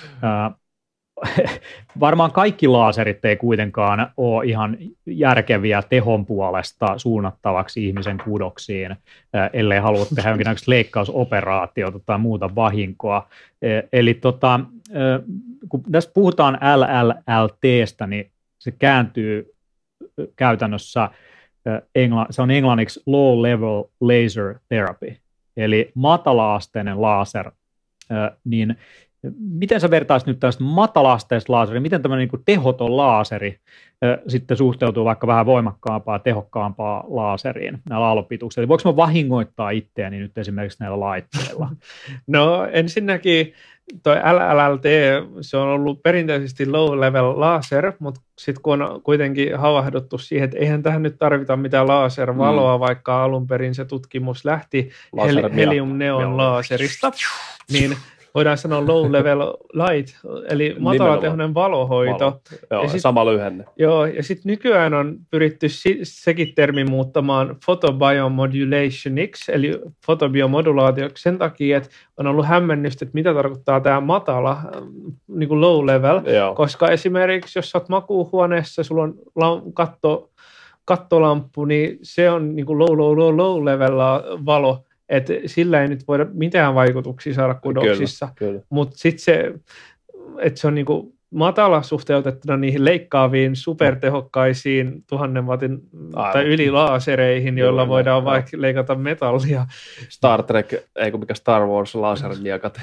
varmaan kaikki laaserit ei kuitenkaan ole ihan järkeviä tehon puolesta suunnattavaksi ihmisen kudoksiin, ellei halua tehdä jonkinlaista leikkausoperaatiota tai muuta vahinkoa. Eli kun tässä puhutaan LLLTstä, niin se kääntyy käytännössä, se on englanniksi low level laser therapy, eli matala-asteinen laser, niin miten sä vertaisit nyt tällaista matala-asteista laaseria, miten tämmöinen niin kuin tehoton laaseri sitten suhteutuu vaikka vähän voimakkaampaan, tehokkaampaan laaseriin näillä aallonpituuksilla? Eli voiko mä vahingoittaa itseäni nyt esimerkiksi näillä laitteilla? No ensinnäkin toi LLLT, se on ollut perinteisesti low level laser, mutta sitten kun on kuitenkin havahduttu siihen, että eihän tähän nyt tarvita mitään laservaloa, vaikka alun perin se tutkimus lähti helium-neon laaserista, niin voidaan sanoa low level light, eli matalatehoinen valohoito. Joo, sama lyhenne. Joo, ja sitten nykyään on pyritty sekin termi muuttamaan photobiomodulationiksi, eli fotobiomodulaatioksi sen takia, että on ollut hämmennystä, että mitä tarkoittaa tämä matala, niin kuin low level, koska esimerkiksi jos olet makuuhuoneessa, sulla on kattolamppu, niin se on niin kuin low level valo, että sillä ei nyt voida mitään vaikutuksia saada kudoksissa, mutta sitten se, että se on niin kuin matala suhteutettuna niihin leikkaaviin supertehokkaisiin 1000 watin tai yli laasereihin, joilla voidaan vaikka leikata metallia. Star Trek, eikö mikä Star Wars lasermiekat.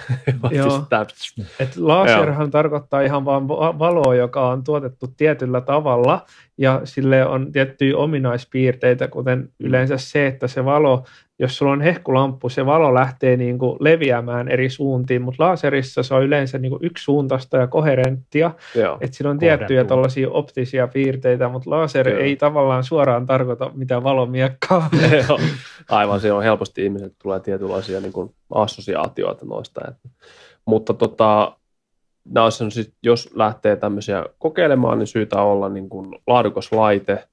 Laserhan tarkoittaa ihan vaan valoa, joka on tuotettu tietyllä tavalla ja sille on tiettyjä ominaispiirteitä, kuten yleensä se, että se valo, jos sulla on hehkulamppu, se valo lähtee niin kuin leviämään eri suuntiin, mutta laserissa se on yleensä niin kuin yksisuuntaista ja koherenttia, että siinä on tiettyjä tällaisia optisia piirteitä, mutta laser ei tavallaan suoraan tarkoita mitään valomiekkaa. Aivan, siinä on helposti ihmiset tulee tietynlaisia niin kuin assosiaatioita noista. Mutta jos lähtee tämmöisiä kokeilemaan, niin syytä olla niin kuin laadukas laite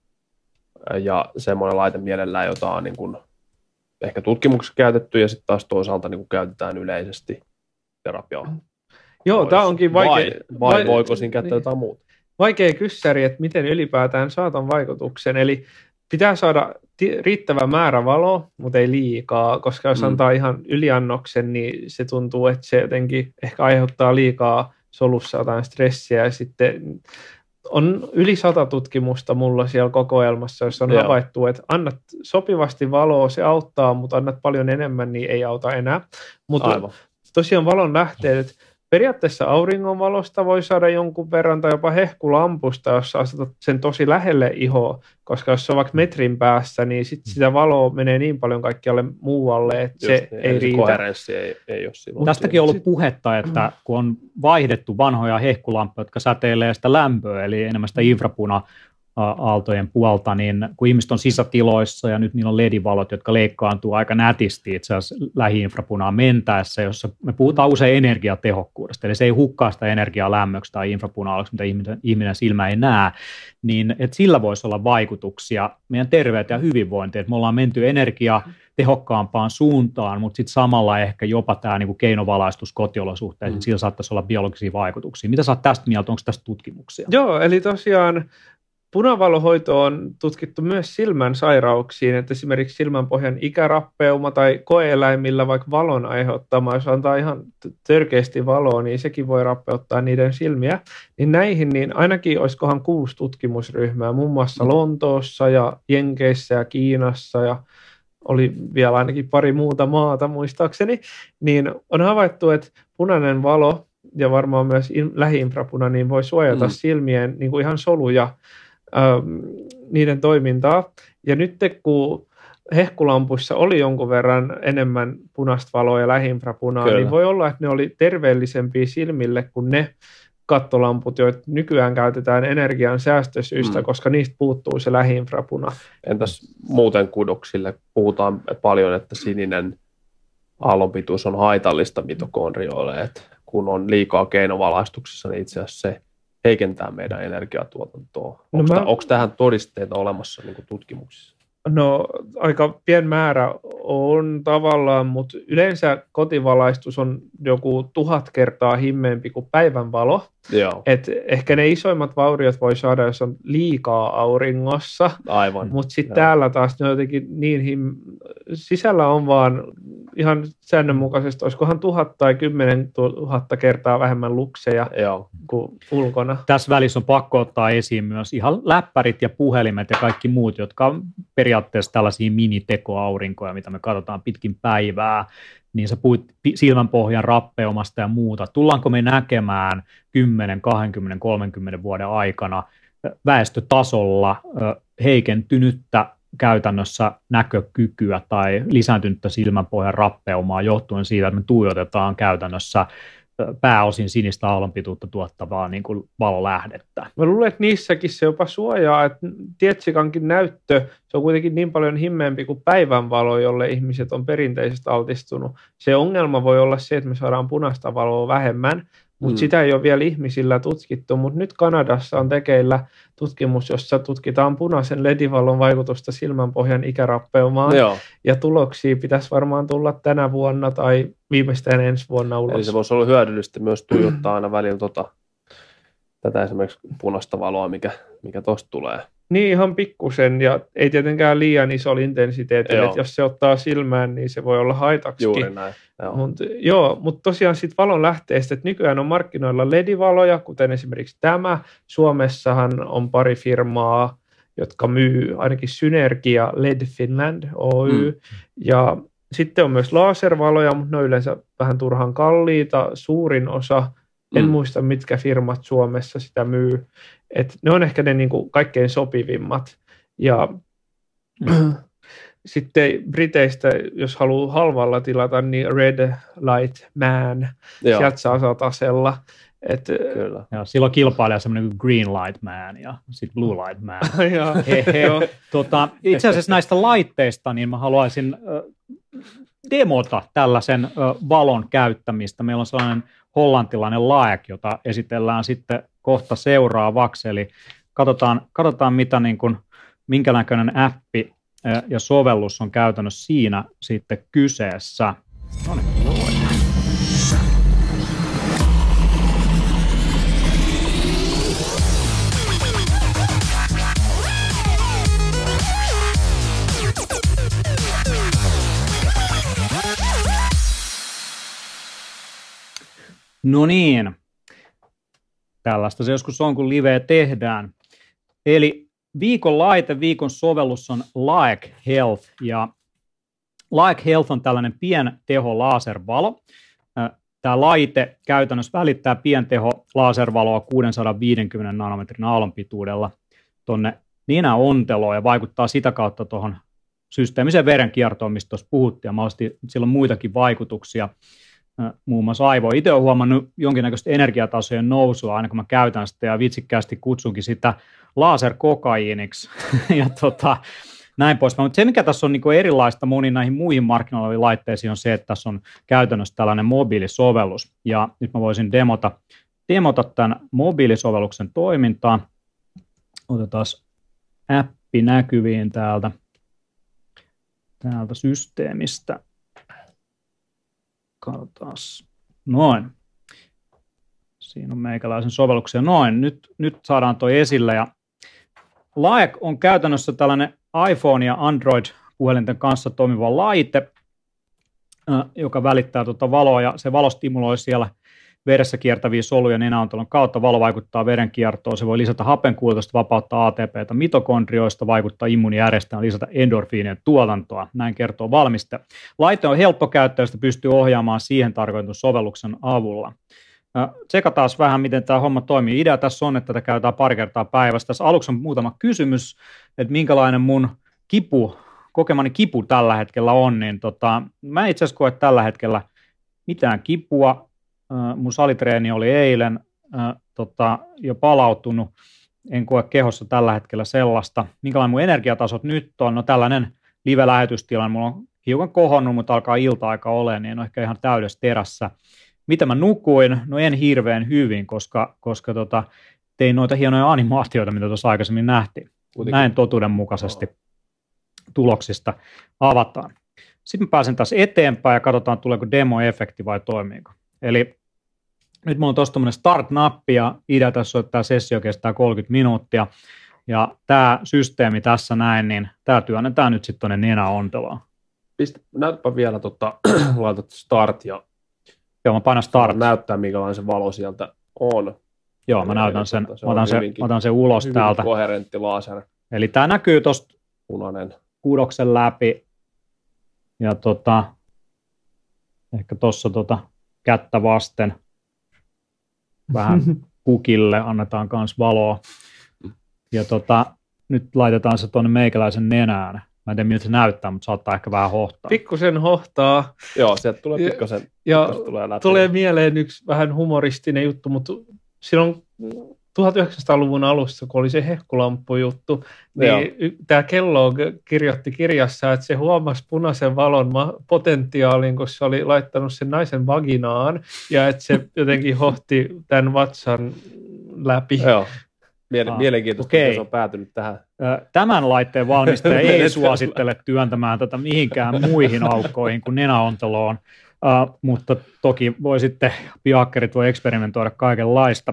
ja semmoinen laite mielellään, jota on niin kuin ehkä tutkimuksessa käytetty ja sitten taas toisaalta niin kuin käytetään yleisesti terapiaan. Joo, tämä onkin vaikea. Vai voiko siinä käyttää jotain muuta? Vaikea kyssäri, että miten ylipäätään saatan vaikutuksen. Eli pitää saada riittävä määrä valoa, mutta ei liikaa, koska jos antaa ihan yliannoksen, niin se tuntuu, että se jotenkin ehkä aiheuttaa liikaa solussa jotain stressiä ja sitten on yli 100 tutkimusta mulla siellä kokoelmassa, jossa on havaittu, että annat sopivasti valoa, se auttaa, mutta annat paljon enemmän, niin ei auta enää. Mutta tosiaan valon lähteet, periaatteessa auringonvalosta voi saada jonkun verran tai jopa hehkulampusta, jos asetat sen tosi lähelle ihoa, koska jos se on vaikka metrin päässä, niin sitä valoa menee niin paljon kaikkialle muualle, että se ei riitä. Koherenssi ei ole silloin. Tästäkin on ollut puhetta, että kun on vaihdettu vanhoja hehkulamppuja, jotka säteilee sitä lämpöä, eli enemmän sitä infrapuna-aaltojen puolta, niin kun ihmiset on sisätiloissa ja nyt niillä on LED-valot, jotka leikkaantuu aika nätisti itse asiassa lähi-infrapunaan mentäessä, jossa me puhutaan usein energiatehokkuudesta, eli se ei hukkaa sitä energiaa lämmöksi tai infrapunaallaksi, mitä ihminen silmä ei näe, niin että sillä voisi olla vaikutuksia meidän terveyteen ja hyvinvointiin, että me ollaan menty energiatehokkaampaan suuntaan, mutta sitten samalla ehkä jopa tämä niinku keinovalaistus kotiolosuhteisiin, sillä saattaisi olla biologisia vaikutuksia. Mitä sä oot tästä mieltä, onko tästä tutkimuksia? Joo, eli tosiaan punavalohoito on tutkittu myös silmän sairauksiin, että esimerkiksi silmänpohjan ikärappeuma tai koe-eläimillä vaikka valon aiheuttama, jos antaa ihan törkeästi valoa, niin sekin voi rappeuttaa niiden silmiä. Niin näihin, niin ainakin olisikohan 6 tutkimusryhmää, muun muassa Lontoossa ja Jenkeissä ja Kiinassa ja oli vielä ainakin pari muuta maata muistaakseni, niin on havaittu, että punainen valo ja varmaan myös lähi-infrapuna niin voi suojata silmien niin kuin ihan soluja, niiden toimintaa. Ja nyt kun hehkulampuissa oli jonkun verran enemmän punaista valoa ja lähi-infrapunaa, niin voi olla, että ne oli terveellisempiä silmille kuin ne kattolamput, joita nykyään käytetään energian säästösyistä, koska niistä puuttuu se lähi-infrapuna. Entäs muuten kudoksille? Puhutaan paljon, että sininen aallonpituus on haitallista mitokondrioille, että kun on liikaa keinovalaistuksessa, niin itse asiassa se heikentää meidän energiatuotantoa. Onko tähän todisteita olemassa niin kuin tutkimuksissa? No aika pieni määrä on tavallaan, mutta yleensä kotivalaistus on joku 1000 kertaa himmeempi kuin päivänvalo. Et ehkä ne isoimmat vauriot voi saada, jos on liikaa auringossa. Aivan. Mutta sitten täällä taas ne jotenkin niin sisällä on vaan ihan säännönmukaisesti, olisikohan 1000 tai 10 000 kertaa vähemmän lukseja kuin ulkona. Tässä välissä on pakko ottaa esiin myös ihan läppärit ja puhelimet ja kaikki muut, jotka on periaatteessa tällaisia minitekoaurinkoja, mitä me katsotaan pitkin päivää. Niin sä puhuit silmänpohjan rappeumasta ja muuta. Tullaanko me näkemään 10, 20, 30 vuoden aikana väestötasolla heikentynyttä käytännössä näkökykyä tai lisääntynyttä silmänpohjan rappeumaa johtuen siitä, että me tuijotetaan käytännössä pääosin sinistä aallonpituutta tuottavaa niin kuin valolähdettä. Mä luulen, että niissäkin se jopa suojaa, että tietsikankin näyttö, se on kuitenkin niin paljon himmeämpi kuin päivänvalo, jolle ihmiset on perinteisesti altistunut. Se ongelma voi olla se, että me saadaan punaista valoa vähemmän, mutta sitä ei ole vielä ihmisillä tutkittu. Mutta nyt Kanadassa on tekeillä tutkimus, jossa tutkitaan punaisen ledivalon vaikutusta silmänpohjan ikärappeumaan. Ja tuloksia pitäisi varmaan tulla tänä vuonna tai viimeistään ensi vuonna ulos. Eli se voisi olla hyödyllistä myös tuijottaa aina välillä tätä esimerkiksi punaista valoa, mikä tuosta tulee. Niin ihan pikkusen ja ei tietenkään liian iso intensiteetti, että jos se ottaa silmään, niin se voi olla haitaksi. Juuri näin. Mutta tosiaan sitten valon lähteestä, että nykyään on markkinoilla LED-valoja, kuten esimerkiksi tämä. Suomessahan on pari firmaa, jotka myy ainakin Synergia LED Finland Oy. Ja sitten on myös laservaloja, mutta ne on yleensä vähän turhan kalliita. Suurin osa, en muista mitkä firmat Suomessa sitä myy. Et ne on ehkä ne niinku kaikkein sopivimmat. Ja sitten Briteistä, jos haluaa halvalla tilata, niin Red Light Man, sieltä saa satasella. Kyllä. Ja silloin kilpailija semmoinen kuin Green Light Man ja sitten Blue Light Man. Itse asiassa näistä laitteista niin mä haluaisin demota tällaisen valon käyttämistä. Meillä on sellainen hollantilainen LAEK, jota esitellään sitten kohta seuraavaksi. Eli katsotaan mitä niin kuin, minkä näköinen appi ja sovellus on käytännössä siinä sitten kyseessä. No niin, no niin, tällaista se joskus on, kun liveä tehdään. Eli viikon laite, viikon sovellus on LAEK Health, ja LAEK Health on tällainen pienteho laservalo. Tämä laite käytännössä välittää pienteho laservaloa 650 nanometrin aallonpituudella tuonne nenäonteloon ja vaikuttaa sitä kautta tuohon systeemiseen verenkiertoon, mistä tuossa puhuttiin, ja mahdollisesti sillä on muitakin vaikutuksia, muun muassa aivoa. Itse olen huomannut jonkinnäköistä energiatasojen nousua, aina kun mä käytän sitä, ja vitsikkäästi kutsunkin sitä laserkokaiiniksi, ja näin pois. Mutta se, mikä tässä on niin erilaista moniin näihin muihin markkinoilla oleviin laitteisiin, on se, että tässä on käytännössä tällainen mobiilisovellus, ja nyt mä voisin demota tämän mobiilisovelluksen toimintaa. Otetaan appi näkyviin täältä systeemistä. Katsotaan. Noin. Siinä on meikäläisen sovelluksia. Noin, nyt saadaan toi esille. Ja LAEK on käytännössä tällainen iPhone- ja Android-puhelinten kanssa toimiva laite, joka välittää valoa, ja se valo stimuloi siellä veressä kiertäviä soluja nenäontelon kautta. Valo vaikuttaa verenkiertoon, se voi lisätä hapenkulutusta, vapauttaa ATP:tä mitokondrioista, vaikuttaa immuunijärjestelmään, lisätä endorfiinien tuotantoa. Näin kertoo valmiste. Laite on helppokäyttöistä, pystyy ohjaamaan siihen tarkoitetun sovelluksen avulla. Tsekataan vähän, miten tämä homma toimii. Idea tässä on, että tätä käytetään pari kertaa päivässä. Tässä aluksi on muutama kysymys, että minkälainen mun kokemani kipu tällä hetkellä on. Niin mä itse asiassa koe tällä hetkellä mitään kipua. Mun salitreeni oli eilen jo palautunut. En koe kehossa tällä hetkellä sellaista. Minkälainen mun energiatasot nyt on? No tällainen live-lähetystilanne. Mulla on hiukan kohonnut, mutta alkaa ilta-aika olemaan, niin en ole ehkä ihan täydessä terässä. Mitä mä nukuin? No en hirveän hyvin, koska tein noita hienoja animaatioita, mitä tuossa aikaisemmin nähtiin. Näin totuudenmukaisesti tuloksista avataan. Sitten mä pääsen taas eteenpäin ja katsotaan, tuleeko demo-efekti vai toimiiko. Eli nyt mulla on tuossa tämmöinen start-nappi, ja idea tässä on, että tämä sessio kestää 30 minuuttia. Ja tämä systeemi tässä näin, niin tämä työnnetään nyt sitten tuonne nenäonteloon. Näytäpä vielä, laitat start ja joo, mä painan start. Näyttää, minkälainen se valo sieltä on. Joo, mä näytän sen, otan sen ulos täältä. Koherentti laser. Eli tämä näkyy tuosta punainen kudoksen läpi. Ja ehkä tuossa kättä vasten vähän pukille annetaan myös valoa. Ja nyt laitetaan se tuonne meikäläisen nenään. Mä en tiedä, miltä se näyttää, mutta saattaa ehkä vähän hohtaa. Pikkusen hohtaa. Joo, sieltä tulee pikkasen tulee läpi. Tulee mieleen yksi vähän humoristinen juttu, mutta silloin 1900-luvun alussa, kun oli se hehkulamppu-juttu, niin tämä Kellogg kirjoitti kirjassa, että se huomasi punaisen valon potentiaalin, kun se oli laittanut sen naisen vaginaan, ja että se jotenkin hohti tämän vatsan läpi. Joo. Mielenkiintoista, että se on päätynyt tähän. Tämän laitteen valmistaja ei suosittele työntämään tätä mihinkään muihin aukkoihin kuin nenäonteloon, mutta toki voi sitten biohakkerit voi eksperimentoida kaikenlaista.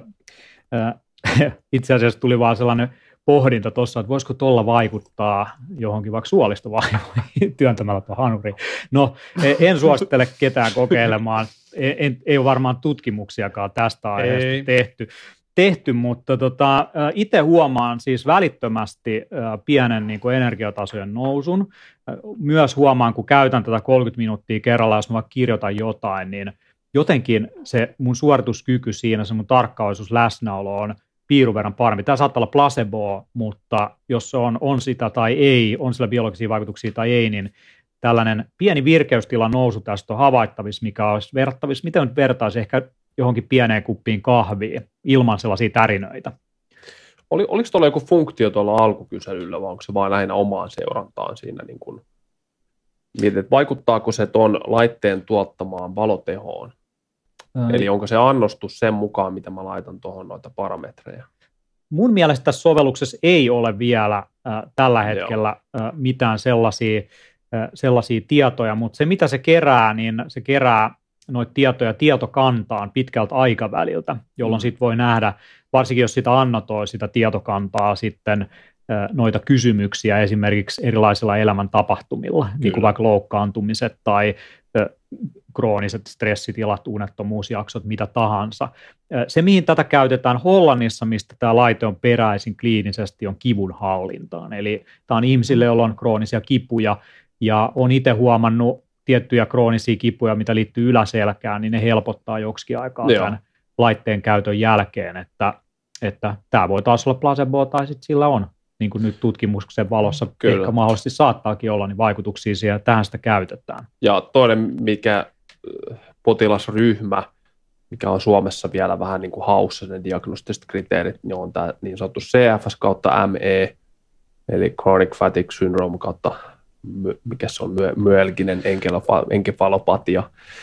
Itse asiassa tuli vaan sellainen pohdinta tuossa, että voisiko tuolla vaikuttaa johonkin vaikka suolistovaivoihin työntämällä tuon hanuriin. No, en suosittele ketään kokeilemaan. Ei ole varmaan tutkimuksiakaan tästä aiheesta tehty, mutta itse huomaan siis välittömästi pienen niin kuin energiatasojen nousun. Myös huomaan, kun käytän tätä 30 minuuttia kerrallaan, jos mä vaikka kirjoitan jotain, niin jotenkin se mun suorituskyky siinä, se mun tarkkaavaisuus, läsnäolo on piirun verran parempi. Tämä saattaa olla placebo, mutta jos se on sitä tai ei, on sillä biologisia vaikutuksia tai ei, niin tällainen pieni virkeystilan nousu tästä on havaittavissa, mikä olisi verrattavissa, miten nyt vertaisi ehkä johonkin pieneen kuppiin kahvia ilman sellaisia tärinöitä. Oliko tuolla joku funktio tuolla alkukyselyllä, vai onko se vain lähinnä omaan seurantaan siinä? Niin kuin, mietit, vaikuttaako se tuon laitteen tuottamaan valotehoon? Eli onko se annostus sen mukaan, mitä mä laitan tuohon noita parametreja? Mun mielestä tässä sovelluksessa ei ole vielä tällä hetkellä mitään sellaisia tietoja, mutta se mitä se kerää, niin se kerää noita tietoja tietokantaan pitkältä aikaväliltä, jolloin sitten voi nähdä, varsinkin jos sitä annotoi sitä tietokantaa sitten noita kysymyksiä esimerkiksi erilaisilla elämäntapahtumilla, niin kuin vaikka loukkaantumiset tai krooniset stressitilat, unettomuusjaksot, mitä tahansa. Se, mihin tätä käytetään Hollannissa, mistä tämä laite on peräisin kliinisesti, on kivun hallintaan. Eli tämä on ihmisille, joilla on kroonisia kipuja, ja on itse huomannut tiettyjä kroonisia kipuja, mitä liittyy yläselkään, niin ne helpottaa joksikin aikaa tämän laitteen käytön jälkeen, että tämä voi taas olla placebo, tai sitten sillä on, niin kuin nyt tutkimuksen valossa ehkä mahdollisesti saattaakin olla, niin vaikutuksia siihen, tähän sitä käytetään. Ja toinen, mikä potilasryhmä, mikä on Suomessa vielä vähän niin kuin haussa, ne diagnostiset kriteerit, niin on tämä niin sanottu CFS kautta ME, eli Chronic Fatigue Syndrome kautta, mikä se on, myelginen enkefalopatia.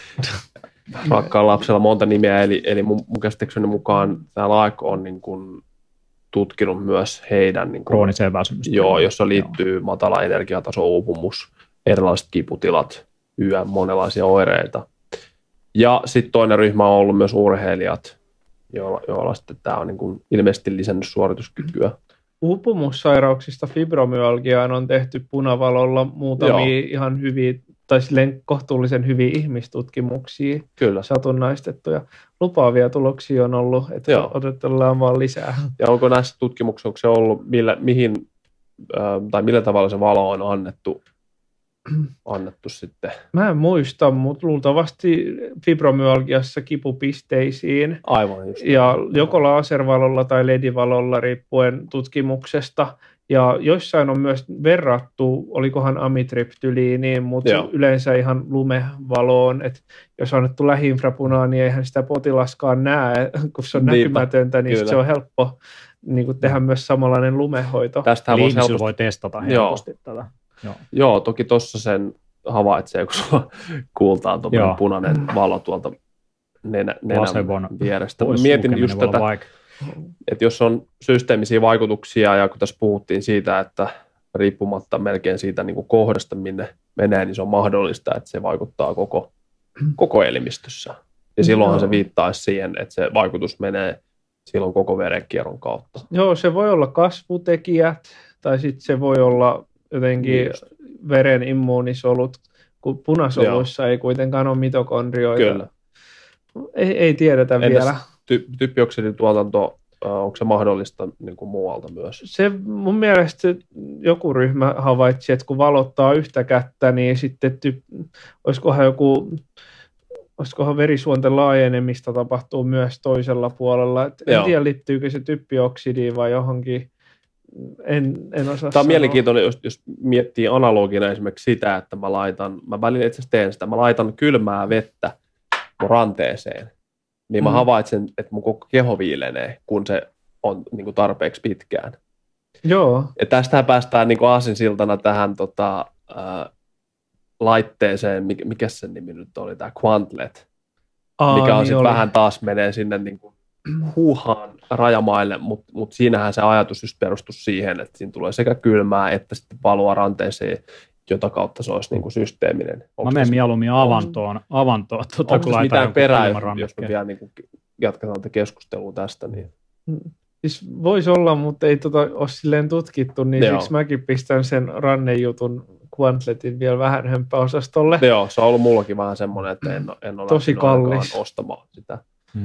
Rakkaan lapsella monta nimeä, eli mun käsittääkseni mukaan tämä Laik on niin kuin tutkinut myös heidän niin kuin, krooniseen väsymykseen. Joo, jossa liittyy matala energiataso, uupumus, erilaiset kiputilat, monenlaisia oireita. Ja sitten toinen ryhmä on ollut myös urheilijat, joilla sitten tämä on niin kuin ilmeisesti lisännyt suorituskykyä. Uupumussairauksista fibromyalgiaan on tehty punavalolla muutamia ihan hyviä, tai silleen kohtuullisen hyviä ihmistutkimuksia. Kyllä. Satunnaistettuja. Lupaavia tuloksia on ollut, että odotellaan vaan lisää. Ja onko näissä tutkimuksissa ollut, millä tavalla se valo on annettu sitten? Mä en muista, mutta luultavasti fibromyalgiassa kipupisteisiin. Aivan just. Ja joko laservalolla tai LED-valolla riippuen tutkimuksesta. Ja joissain on myös verrattu, olikohan amitriptyliiniin, mutta yleensä ihan lumevaloon. Että jos on annettu lähi-infrapunaa, niin eihän sitä potilaskaan näe, kun se on näkymätöntä, niin se on helppo niin kuin tehdä myös samanlainen lumehoito. Tästähän voi testata helposti tätä. Joo, toki tuossa sen havaitsee, kun sulla kuultaan tuommoinen punainen valo tuolta nenän vierestä. Mietin just tätä, että jos on systeemisiä vaikutuksia, ja kun tässä puhuttiin siitä, että riippumatta melkein siitä niin kuin kohdasta, minne menee, niin se on mahdollista, että se vaikuttaa koko elimistössä. Ja silloinhan se viittaisi siihen, että se vaikutus menee silloin koko verenkierron kautta. Joo, se voi olla kasvutekijät, tai sitten se voi olla jotenkin veren immuunisolut, kun punasoluissa ei kuitenkaan ole mitokondrioita. Kyllä. Ei tiedetä vielä. Typpioksidituotanto, onko se mahdollista niin kuin muualta myös? Se mun mielestä joku ryhmä havaitsi, että kun valottaa yhtä kättä, niin sitten olisikohan verisuonten laajenemista tapahtuu myös toisella puolella. En tiedä, liittyykö se typpioksidiin vai johonkin En osaa Tämä on sanoa. mielenkiintoinen, jos miettii analogina esimerkiksi sitä, että mä välillä itse asiassa teen sitä, mä laitan kylmää vettä mun ranteeseen, niin mä havaitsen, että mun koko keho viilenee, kun se on niin kuin tarpeeksi pitkään. Joo. Ja tästähän päästään niin kuin aasinsiltana tähän laitteeseen, mikä sen nimi nyt oli, tämä Quantlet, mikä on niin sitten vähän taas menee sinne niin kuin huuhaan rajamaille, mutta siinähän se ajatus just perustuu siihen, että siinä tulee sekä kylmää että sitten valoa ranteeseen, jota kautta se olisi niin kuin systeeminen. Mä menen mieluummin avantoon onko kun laitan mitään perää, jos me rannekkeen. vielä niin jatketaan tätä keskustelua tästä? Niin. Siis voisi olla, mutta ei ole silleen tutkittu, niin Joo. siksi mäkin pistän sen rannejutun Quantletin vielä vähän hömppäosastolle. Joo, se on ollut mullakin vähän semmoinen, että en ole Tosi kallis ostamaan sitä.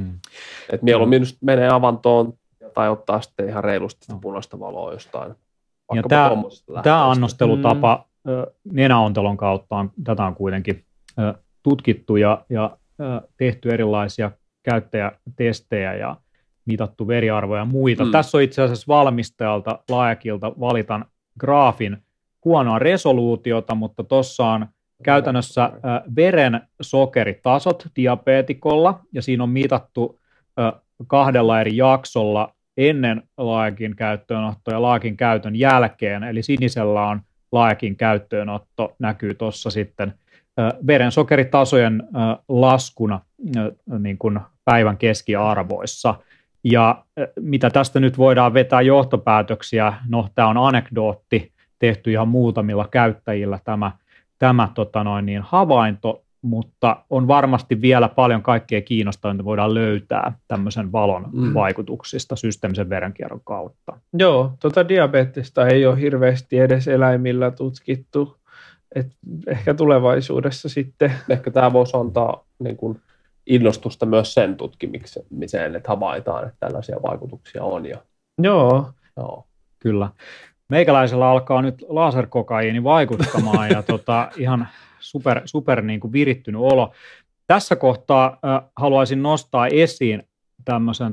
Et mieluummin just menee avantoon tai ottaa sitten ihan reilusti sitä punaista valoa jostain. Ja tämä annostelutapa nenäontelon kautta tätä on kuitenkin tutkittu ja tehty erilaisia käyttäjätestejä ja mitattu veriarvoja ja muita. Tässä on itse asiassa valmistajalta Laekilta valitan graafin huonoa resoluutiota, mutta tuossa on käytännössä veren sokeritasot diabeetikolla, ja siinä on mitattu 2 eri jaksolla ennen Laekin käyttöönottoa ja Laekin käytön jälkeen, eli sinisellä on Laekin käyttöönotto, näkyy tuossa sitten veren sokeritasojen laskuna niin kuin päivän keskiarvoissa. Ja mitä tästä nyt voidaan vetää johtopäätöksiä, no tämä on anekdootti, tehty ihan muutamilla käyttäjillä tämä havainto, mutta on varmasti vielä paljon kaikkea kiinnostavaa, voidaan löytää tämmöisen valon vaikutuksista systeemisen verenkierron kautta. Joo, diabetesta ei ole hirveästi edes eläimillä tutkittu, et ehkä tulevaisuudessa sitten. Ehkä tämä voisi antaa niin kuin innostusta myös sen tutkimiseen, että havaitaan, että tällaisia vaikutuksia on. Joo. Kyllä. Meikäläisellä alkaa nyt laserkokaiini vaikuttamaan ja ihan super niin kuin virittynyt olo. Tässä kohtaa haluaisin nostaa esiin tämmöisen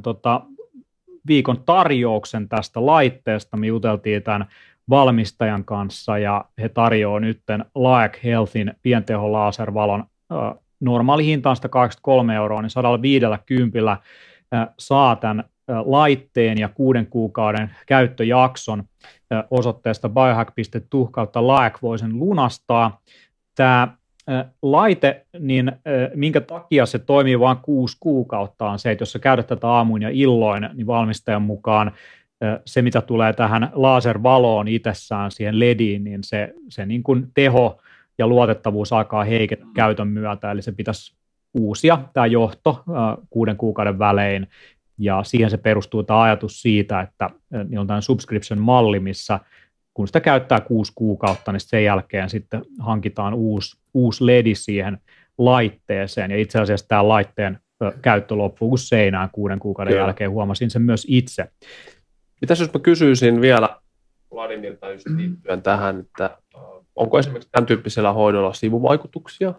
viikon tarjouksen tästä laitteesta. Me juteltiin tämän valmistajan kanssa ja he tarjoaa nyt Laek Healthin pienteho laservalon normaali hinta on 183 €, niin 150 saa tämän laitteen ja 6 kuukauden käyttöjakson osoitteesta biohack.tu/Laek voi sen lunastaa. Tämä laite, niin minkä takia se toimii vain 6 kuukautta on se, että jos sä käytät tätä aamuin ja illoin, niin valmistajan mukaan se, mitä tulee tähän laservaloon itsessään siihen LEDiin, niin se niin kuin teho ja luotettavuus alkaa heiketä käytön myötä, eli se pitäisi uusia tämä johto 6 kuukauden välein, ja siihen se perustuu tämä ajatus siitä, että niin on tämä subscription-malli, missä kun sitä käyttää 6 kuukautta, niin sen jälkeen sitten hankitaan uusi LED siihen laitteeseen, ja itse asiassa tämä laitteen käyttö loppuu kuin seinään 6 kuukauden jälkeen, huomasin sen myös itse. Mitäs jos mä kysyisin vielä Vladimirta just liittyen tähän, että onko esimerkiksi tämän tyyppisellä hoidolla sivuvaikutuksia?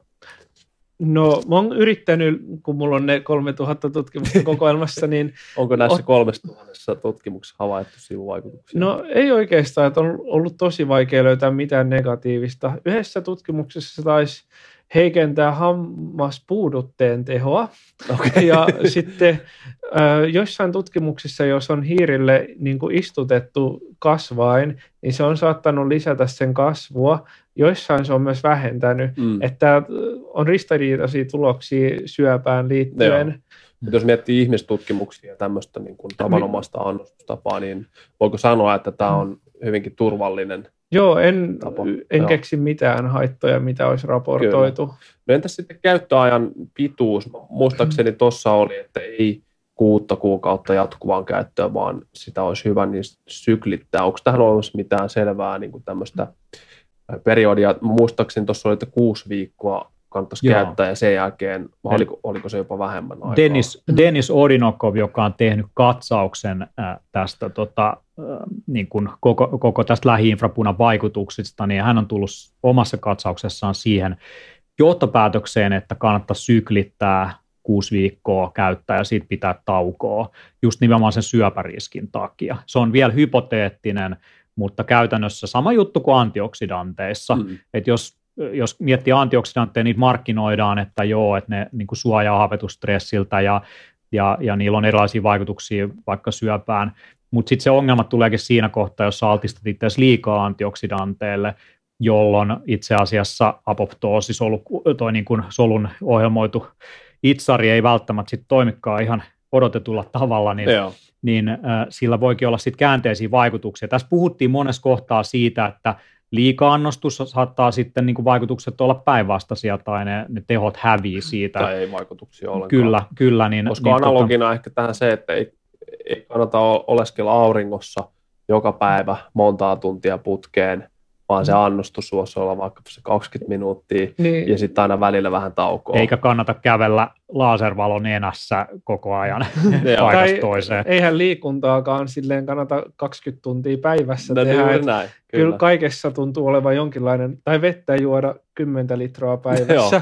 No, mä oon yrittänyt, kun mulla on ne 3000 tutkimusta kokoelmassa, niin... Onko näissä 3000 tutkimuksessa havaittu sivuvaikutuksia? No, ei oikeastaan, että on ollut tosi vaikea löytää mitään negatiivista. Yhdessä tutkimuksessa taisi heikentää hammaspuudutteen tehoa. Okay. Ja sitten joissain tutkimuksissa, jos on hiirille niin kuin istutettu kasvain, niin se on saattanut lisätä sen kasvua. Joissain se on myös vähentänyt, että on ristiriitaisia tuloksia syöpään liittyen. Jos miettii ihmistutkimuksia ja tämmöistä niin kuin tavanomaista annostustapaa, niin voiko sanoa, että tämä on hyvinkin turvallinen? Joo, en keksi mitään haittoja, mitä olisi raportoitu. Kyllä. No entäs sitten käyttöajan pituus? Muistaakseni tuossa oli, että ei 6 kuukautta jatkuvaan käyttöön, vaan sitä olisi hyvä niin syklittää. Onko tähän olemassa mitään selvää niin kuin tämmöistä periodia? Muistaakseni tuossa oli, että 6 viikkoa kannattaisi käyttää ja sen jälkeen, oliko se jopa vähemmän aikaa? Dennis Odinokov, joka on tehnyt katsauksen tästä niin kuin koko tästä lähi-infrapunan vaikutuksista, niin hän on tullut omassa katsauksessaan siihen johtopäätökseen, että kannattaa syklittää 6 viikkoa käyttää ja siitä pitää taukoa just nimenomaan sen syöpäriskin takia. Se on vielä hypoteettinen, mutta käytännössä sama juttu kuin antioksidanteissa. Että jos miettii antioksidantteja, niitä markkinoidaan, että joo, että ne niin kuin suojaa hapetusstressiltä ja niillä on erilaisia vaikutuksia vaikka syöpään, mutta sitten se ongelma tuleekin siinä kohtaa, jos altistat itseäsi liikaa antioksidanteille, jolloin itse asiassa apoptoosi, toi niin kuin solun ohjelmoitu itsari ei välttämättä sit toimikaan ihan odotetulla tavalla, niin sillä voikin olla sitten käänteisiä vaikutuksia. Tässä puhuttiin monessa kohtaa siitä, että liika-annostus saattaa sitten niin kuin vaikutukset olla päinvastaisia tai ne tehot hävii siitä. Tai ei vaikutuksia ollenkaan. Kyllä. Niin, koska analogina ehkä tähän se, että ei kannata oleskella auringossa joka päivä montaa tuntia putkeen, vaan se annostus voisi olla vaikka se 20 minuuttia ja sitten aina välillä vähän taukoa. Eikä kannata kävellä laservalon nenässä koko ajan paikasta toiseen. Eihän liikuntaakaan silleen kannata 20 tuntia päivässä tehdä. Näin, kyllä kaikessa tuntuu olevan jonkinlainen, tai vettä juoda 10 litraa päivässä.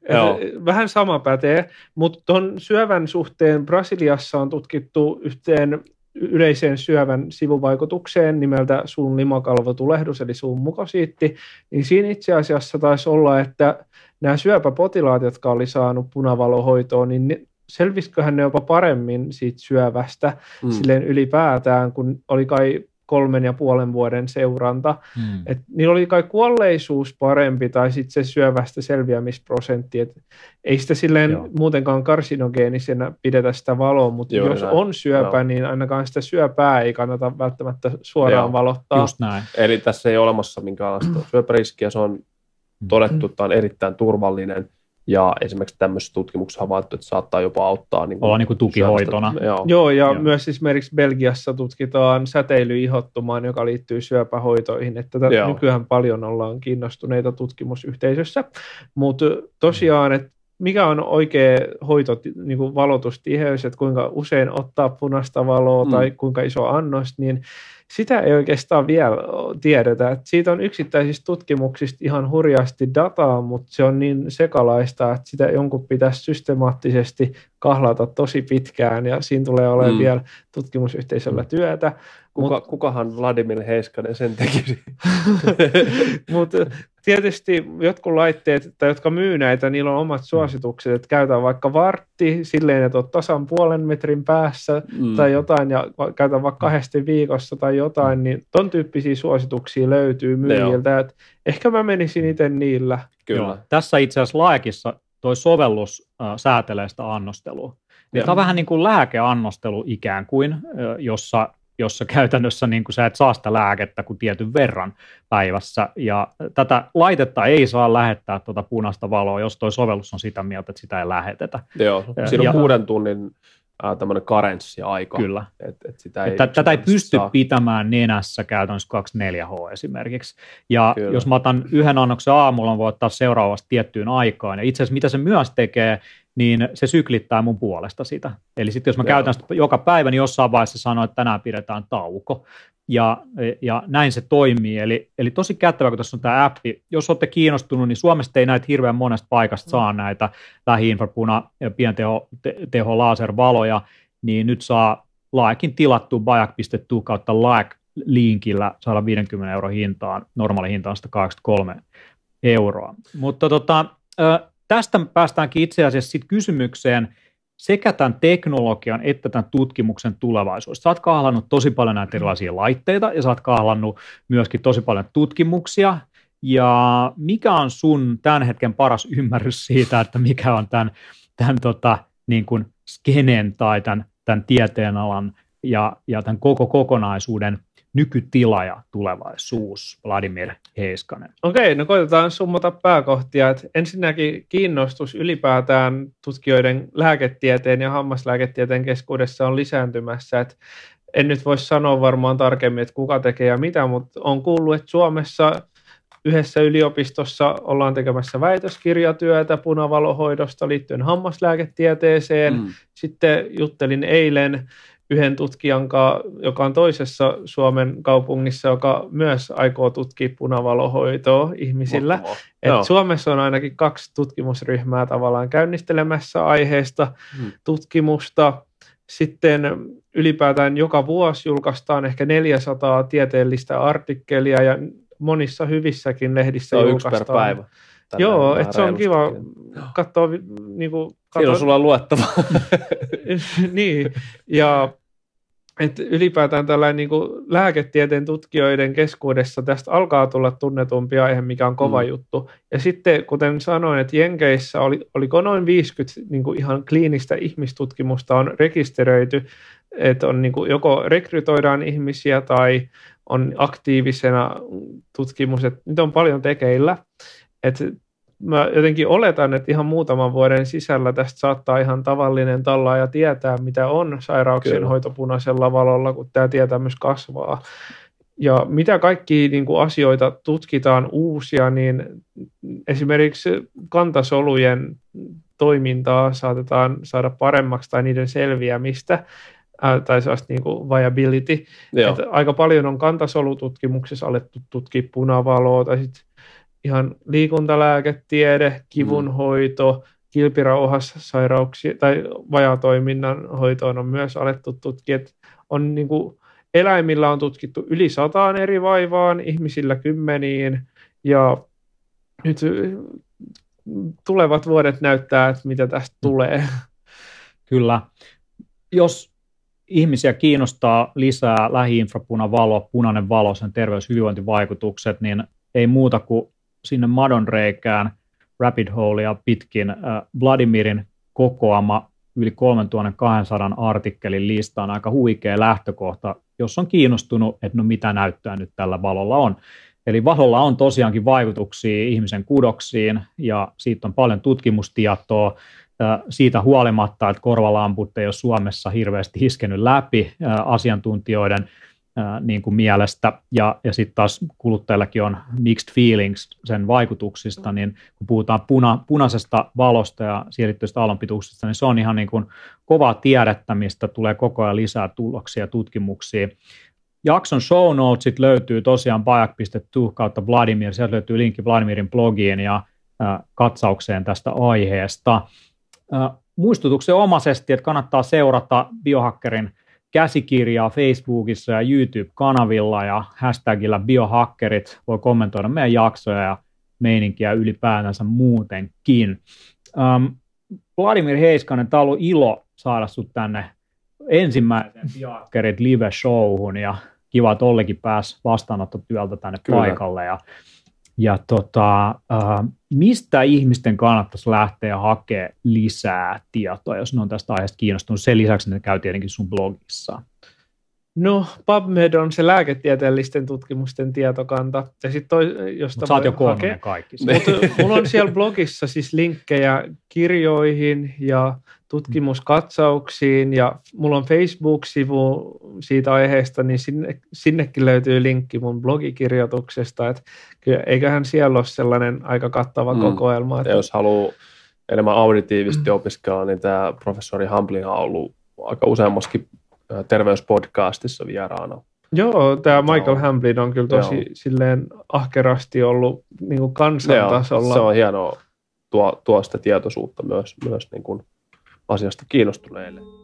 Vähän sama pätee, mutta tuon syövän suhteen Brasiliassa on tutkittu yhteen yleiseen syövän sivuvaikutukseen nimeltä suun limakalvotulehdus, eli suun mukosiitti, niin siinä itse asiassa taisi olla, että nämä syöpäpotilaat, jotka oli saanut punavalohoitoa, niin selvisiköhän ne jopa paremmin siitä syövästä silleen ylipäätään, kun oli kai 3,5 vuoden seuranta. Et niillä oli kai kuolleisuus parempi tai sitten se syövästä selviämisprosentti. Et ei sitä silleen muutenkaan karsinogeenisena pidetä sitä valoa, mutta jos on syöpä, niin ainakaan sitä syöpää ei kannata välttämättä suoraan valottaa. Just näin. Eli tässä ei ole olemassa minkäänlaista syöpäriskiä, se on todettu, että tämä on erittäin turvallinen. Ja esimerkiksi tämmöisessä tutkimuksessa havaittu, että saattaa jopa auttaa olla niin kuin tukihoitona. Joo, myös esimerkiksi Belgiassa tutkitaan säteilyihottumaan, joka liittyy syöpähoitoihin, että nykyään paljon ollaan kiinnostuneita tutkimusyhteisössä. Mutta tosiaan, että mikä on oikea hoito, niin kuin valotustiheys, että kuinka usein ottaa punaista valoa tai kuinka iso annos, niin sitä ei oikeastaan vielä tiedetä. Että siitä on yksittäisistä tutkimuksista ihan hurjasti dataa, mutta se on niin sekalaista, että sitä jonkun pitäisi systemaattisesti kahlata tosi pitkään, ja siinä tulee olemaan vielä tutkimusyhteisöllä työtä. Kukahan Vladimir Heiskanen sen tekisi? Mutta tietysti jotkut laitteet, tai jotka myy näitä, niillä on omat suositukset, että käytetään vaikka vartti silleen, että olet tasan 0,5 metrin päässä tai jotain, ja käytetään vaikka 2 viikossa tai jotain, niin ton tyyppisiä suosituksia löytyy myyjiltä, että ehkä mä menisin itse niillä. Kyllä. Joo. Tässä itse asiassa Laekissa toi sovellus säätelee sitä annostelua. Tämä on vähän niin kuin lääkeannostelu ikään kuin, jossa käytännössä niin kuin sä et saa sitä lääkettä kuin tietyn verran päivässä, ja tätä laitetta ei saa lähettää tuota punaista valoa, jos toi sovellus on sitä mieltä, että sitä ei lähetetä. Joo, siinä on 6 tunnin tämmöinen karenssiaika. Kyllä. Tätä ei pysty pitämään nenässä käytännössä 24H esimerkiksi. Ja jos mä otan 1 annoksen aamulla, voi ottaa seuraavasti tiettyyn aikaan. Ja itse asiassa mitä se myös tekee, niin se syklittää mun puolesta sitä. Eli sitten jos mä käytän sitä joka päivä, niin jossain vaiheessa sanoo, että tänään pidetään tauko. Ja näin se toimii. Eli tosi kätevä, kun tässä on tämä appi. Jos olette kiinnostunut, niin Suomesta ei näitä hirveän monesta paikasta saa näitä lähi-infrapuna- ja pienteho laservaloja, niin nyt saa Laekin tilattua bajak.tu/Laek-linkillä saada 50 € hintaan. Normaali hinta on 183 €. Mutta tästä päästäänkin itse asiassa sit kysymykseen sekä tämän teknologian että tämän tutkimuksen tulevaisuudesta. Sä oot kahlannut tosi paljon näitä erilaisia laitteita ja sä oot kahlannut myöskin tosi paljon tutkimuksia. Ja mikä on sun tämän hetken paras ymmärrys siitä, että mikä on tämän niin kuin skenen tai tämän tieteenalan ja tämän koko kokonaisuuden nykytila ja tulevaisuus, Vladimir Heiskanen? Okei, no koitetaan summata pääkohtia. Että ensinnäkin kiinnostus ylipäätään tutkijoiden lääketieteen ja hammaslääketieteen keskuudessa on lisääntymässä. Että en nyt voi sanoa varmaan tarkemmin, että kuka tekee ja mitä, mutta on kuullut, että Suomessa yhdessä yliopistossa ollaan tekemässä väitöskirjatyötä punavalohoidosta liittyen hammaslääketieteeseen. Sitten juttelin eilen yhden tutkijan kanssa, joka on toisessa Suomen kaupungissa, joka myös aikoo tutkia punavalohoitoa ihmisillä. Suomessa on ainakin 2 tutkimusryhmää tavallaan käynnistelemässä aiheesta tutkimusta. Sitten ylipäätään joka vuosi julkaistaan ehkä 400 tieteellistä artikkelia ja monissa hyvissäkin lehdissä julkaistaan. 1 per päivä. Joo, että se on kiva katsoa. Siinä on sulla luettavaa. Niin, ja että ylipäätään tällainen niin kuin lääketieteen tutkijoiden keskuudessa tästä alkaa tulla tunnetumpi aihe, mikä on kova juttu. Ja sitten, kuten sanoin, että Jenkeissä oliko noin 50 niin kuin ihan kliinistä ihmistutkimusta on rekisteröity, että on niin kuin joko rekrytoidaan ihmisiä tai on aktiivisena tutkimus, että nyt on paljon tekeillä. Että mä jotenkin oletan, että ihan muutaman vuoden sisällä tästä saattaa ihan tavallinen tallaaja tietää, mitä on sairauksien hoito punaisella valolla, kun tämä tietämys kasvaa. Ja mitä kaikkia niin kuin asioita tutkitaan uusia, niin esimerkiksi kantasolujen toimintaa saatetaan saada paremmaksi tai niiden selviämistä, tai sellaista niin kuin viability. Että aika paljon on kantasolututkimuksessa alettu tutkia punavaloa, tai sitten ihan liikuntalääketiede, kivunhoito, kilpirauhassairauksia tai vajaatoiminnan hoitoon on myös alettu tutkia. On niin kuin, eläimillä on tutkittu yli 100 eri vaivaan, ihmisillä 10, ja nyt tulevat vuodet näyttää, että mitä tästä tulee. Kyllä. Jos ihmisiä kiinnostaa lisää lähi-infrapunavalo, punainen valo, sen terveys- ja hyvinvointivaikutukset, niin ei muuta kuin sinne madonreikään rabbit holea pitkin Vladimirin kokoama yli 3200 artikkelin lista on aika huikea lähtökohta, jos on kiinnostunut, että no mitä näyttöä nyt tällä valolla on. Eli valolla on tosiaankin vaikutuksia ihmisen kudoksiin ja siitä on paljon tutkimustietoa. Siitä huolimatta, että korvalamput ei ole Suomessa hirveästi iskenyt läpi asiantuntijoiden niin kuin mielestä, ja sitten taas kuluttajillakin on mixed feelings sen vaikutuksista, niin kun puhutaan punaisesta valosta ja siirryttyistä aallonpituuksista, niin se on ihan niin kuin kovaa tiedettä, mistä tulee koko ajan lisää tuloksia ja tutkimuksia. Jakson show notesit löytyy tosiaan bajak.tu/Vladimir, sieltä löytyy linkki Vladimirin blogiin ja katsaukseen tästä aiheesta. Muistutuksen omaisesti, että kannattaa seurata Biohackerin käsikirjaa Facebookissa ja YouTube-kanavilla ja hashtagillä biohackerit voi kommentoida meidän jaksoja ja meininkiä ylipäätänsä muutenkin. Vladimir Heiskanen, tämä on ollut ilo saada sut tänne ensimmäisen Biohackerit live-showhun ja kiva, että Ollikin pääsi vastaanottotyöltä tänne paikalle. Ja mistä ihmisten kannattaisi lähteä hakemaan lisää tietoa, jos ne on tästä aiheesta kiinnostunut? Sen lisäksi ne käy tietenkin sun blogissa. No, PubMed on se lääketieteellisten tutkimusten tietokanta. Ja josta sä oot jo koonnut ne kaikki. Mulla on siellä blogissa siis linkkejä kirjoihin ja tutkimuskatsauksiin, ja mulla on Facebook-sivu siitä aiheesta, niin sinnekin löytyy linkki mun blogikirjoituksesta, että eiköhän siellä ole sellainen aika kattava kokoelma. Ja jos haluaa enemmän auditiivisesti opiskella, niin tämä professori Hamblin on ollut aika useammaskin terveyspodcastissa vieraana. Joo, tämä Michael Hamblin on kyllä tosi silleen ahkerasti ollut niin kuin kansantasolla. Se on hienoa tuo sitä tietoisuutta myös niin kuin asiasta kiinnostuneille.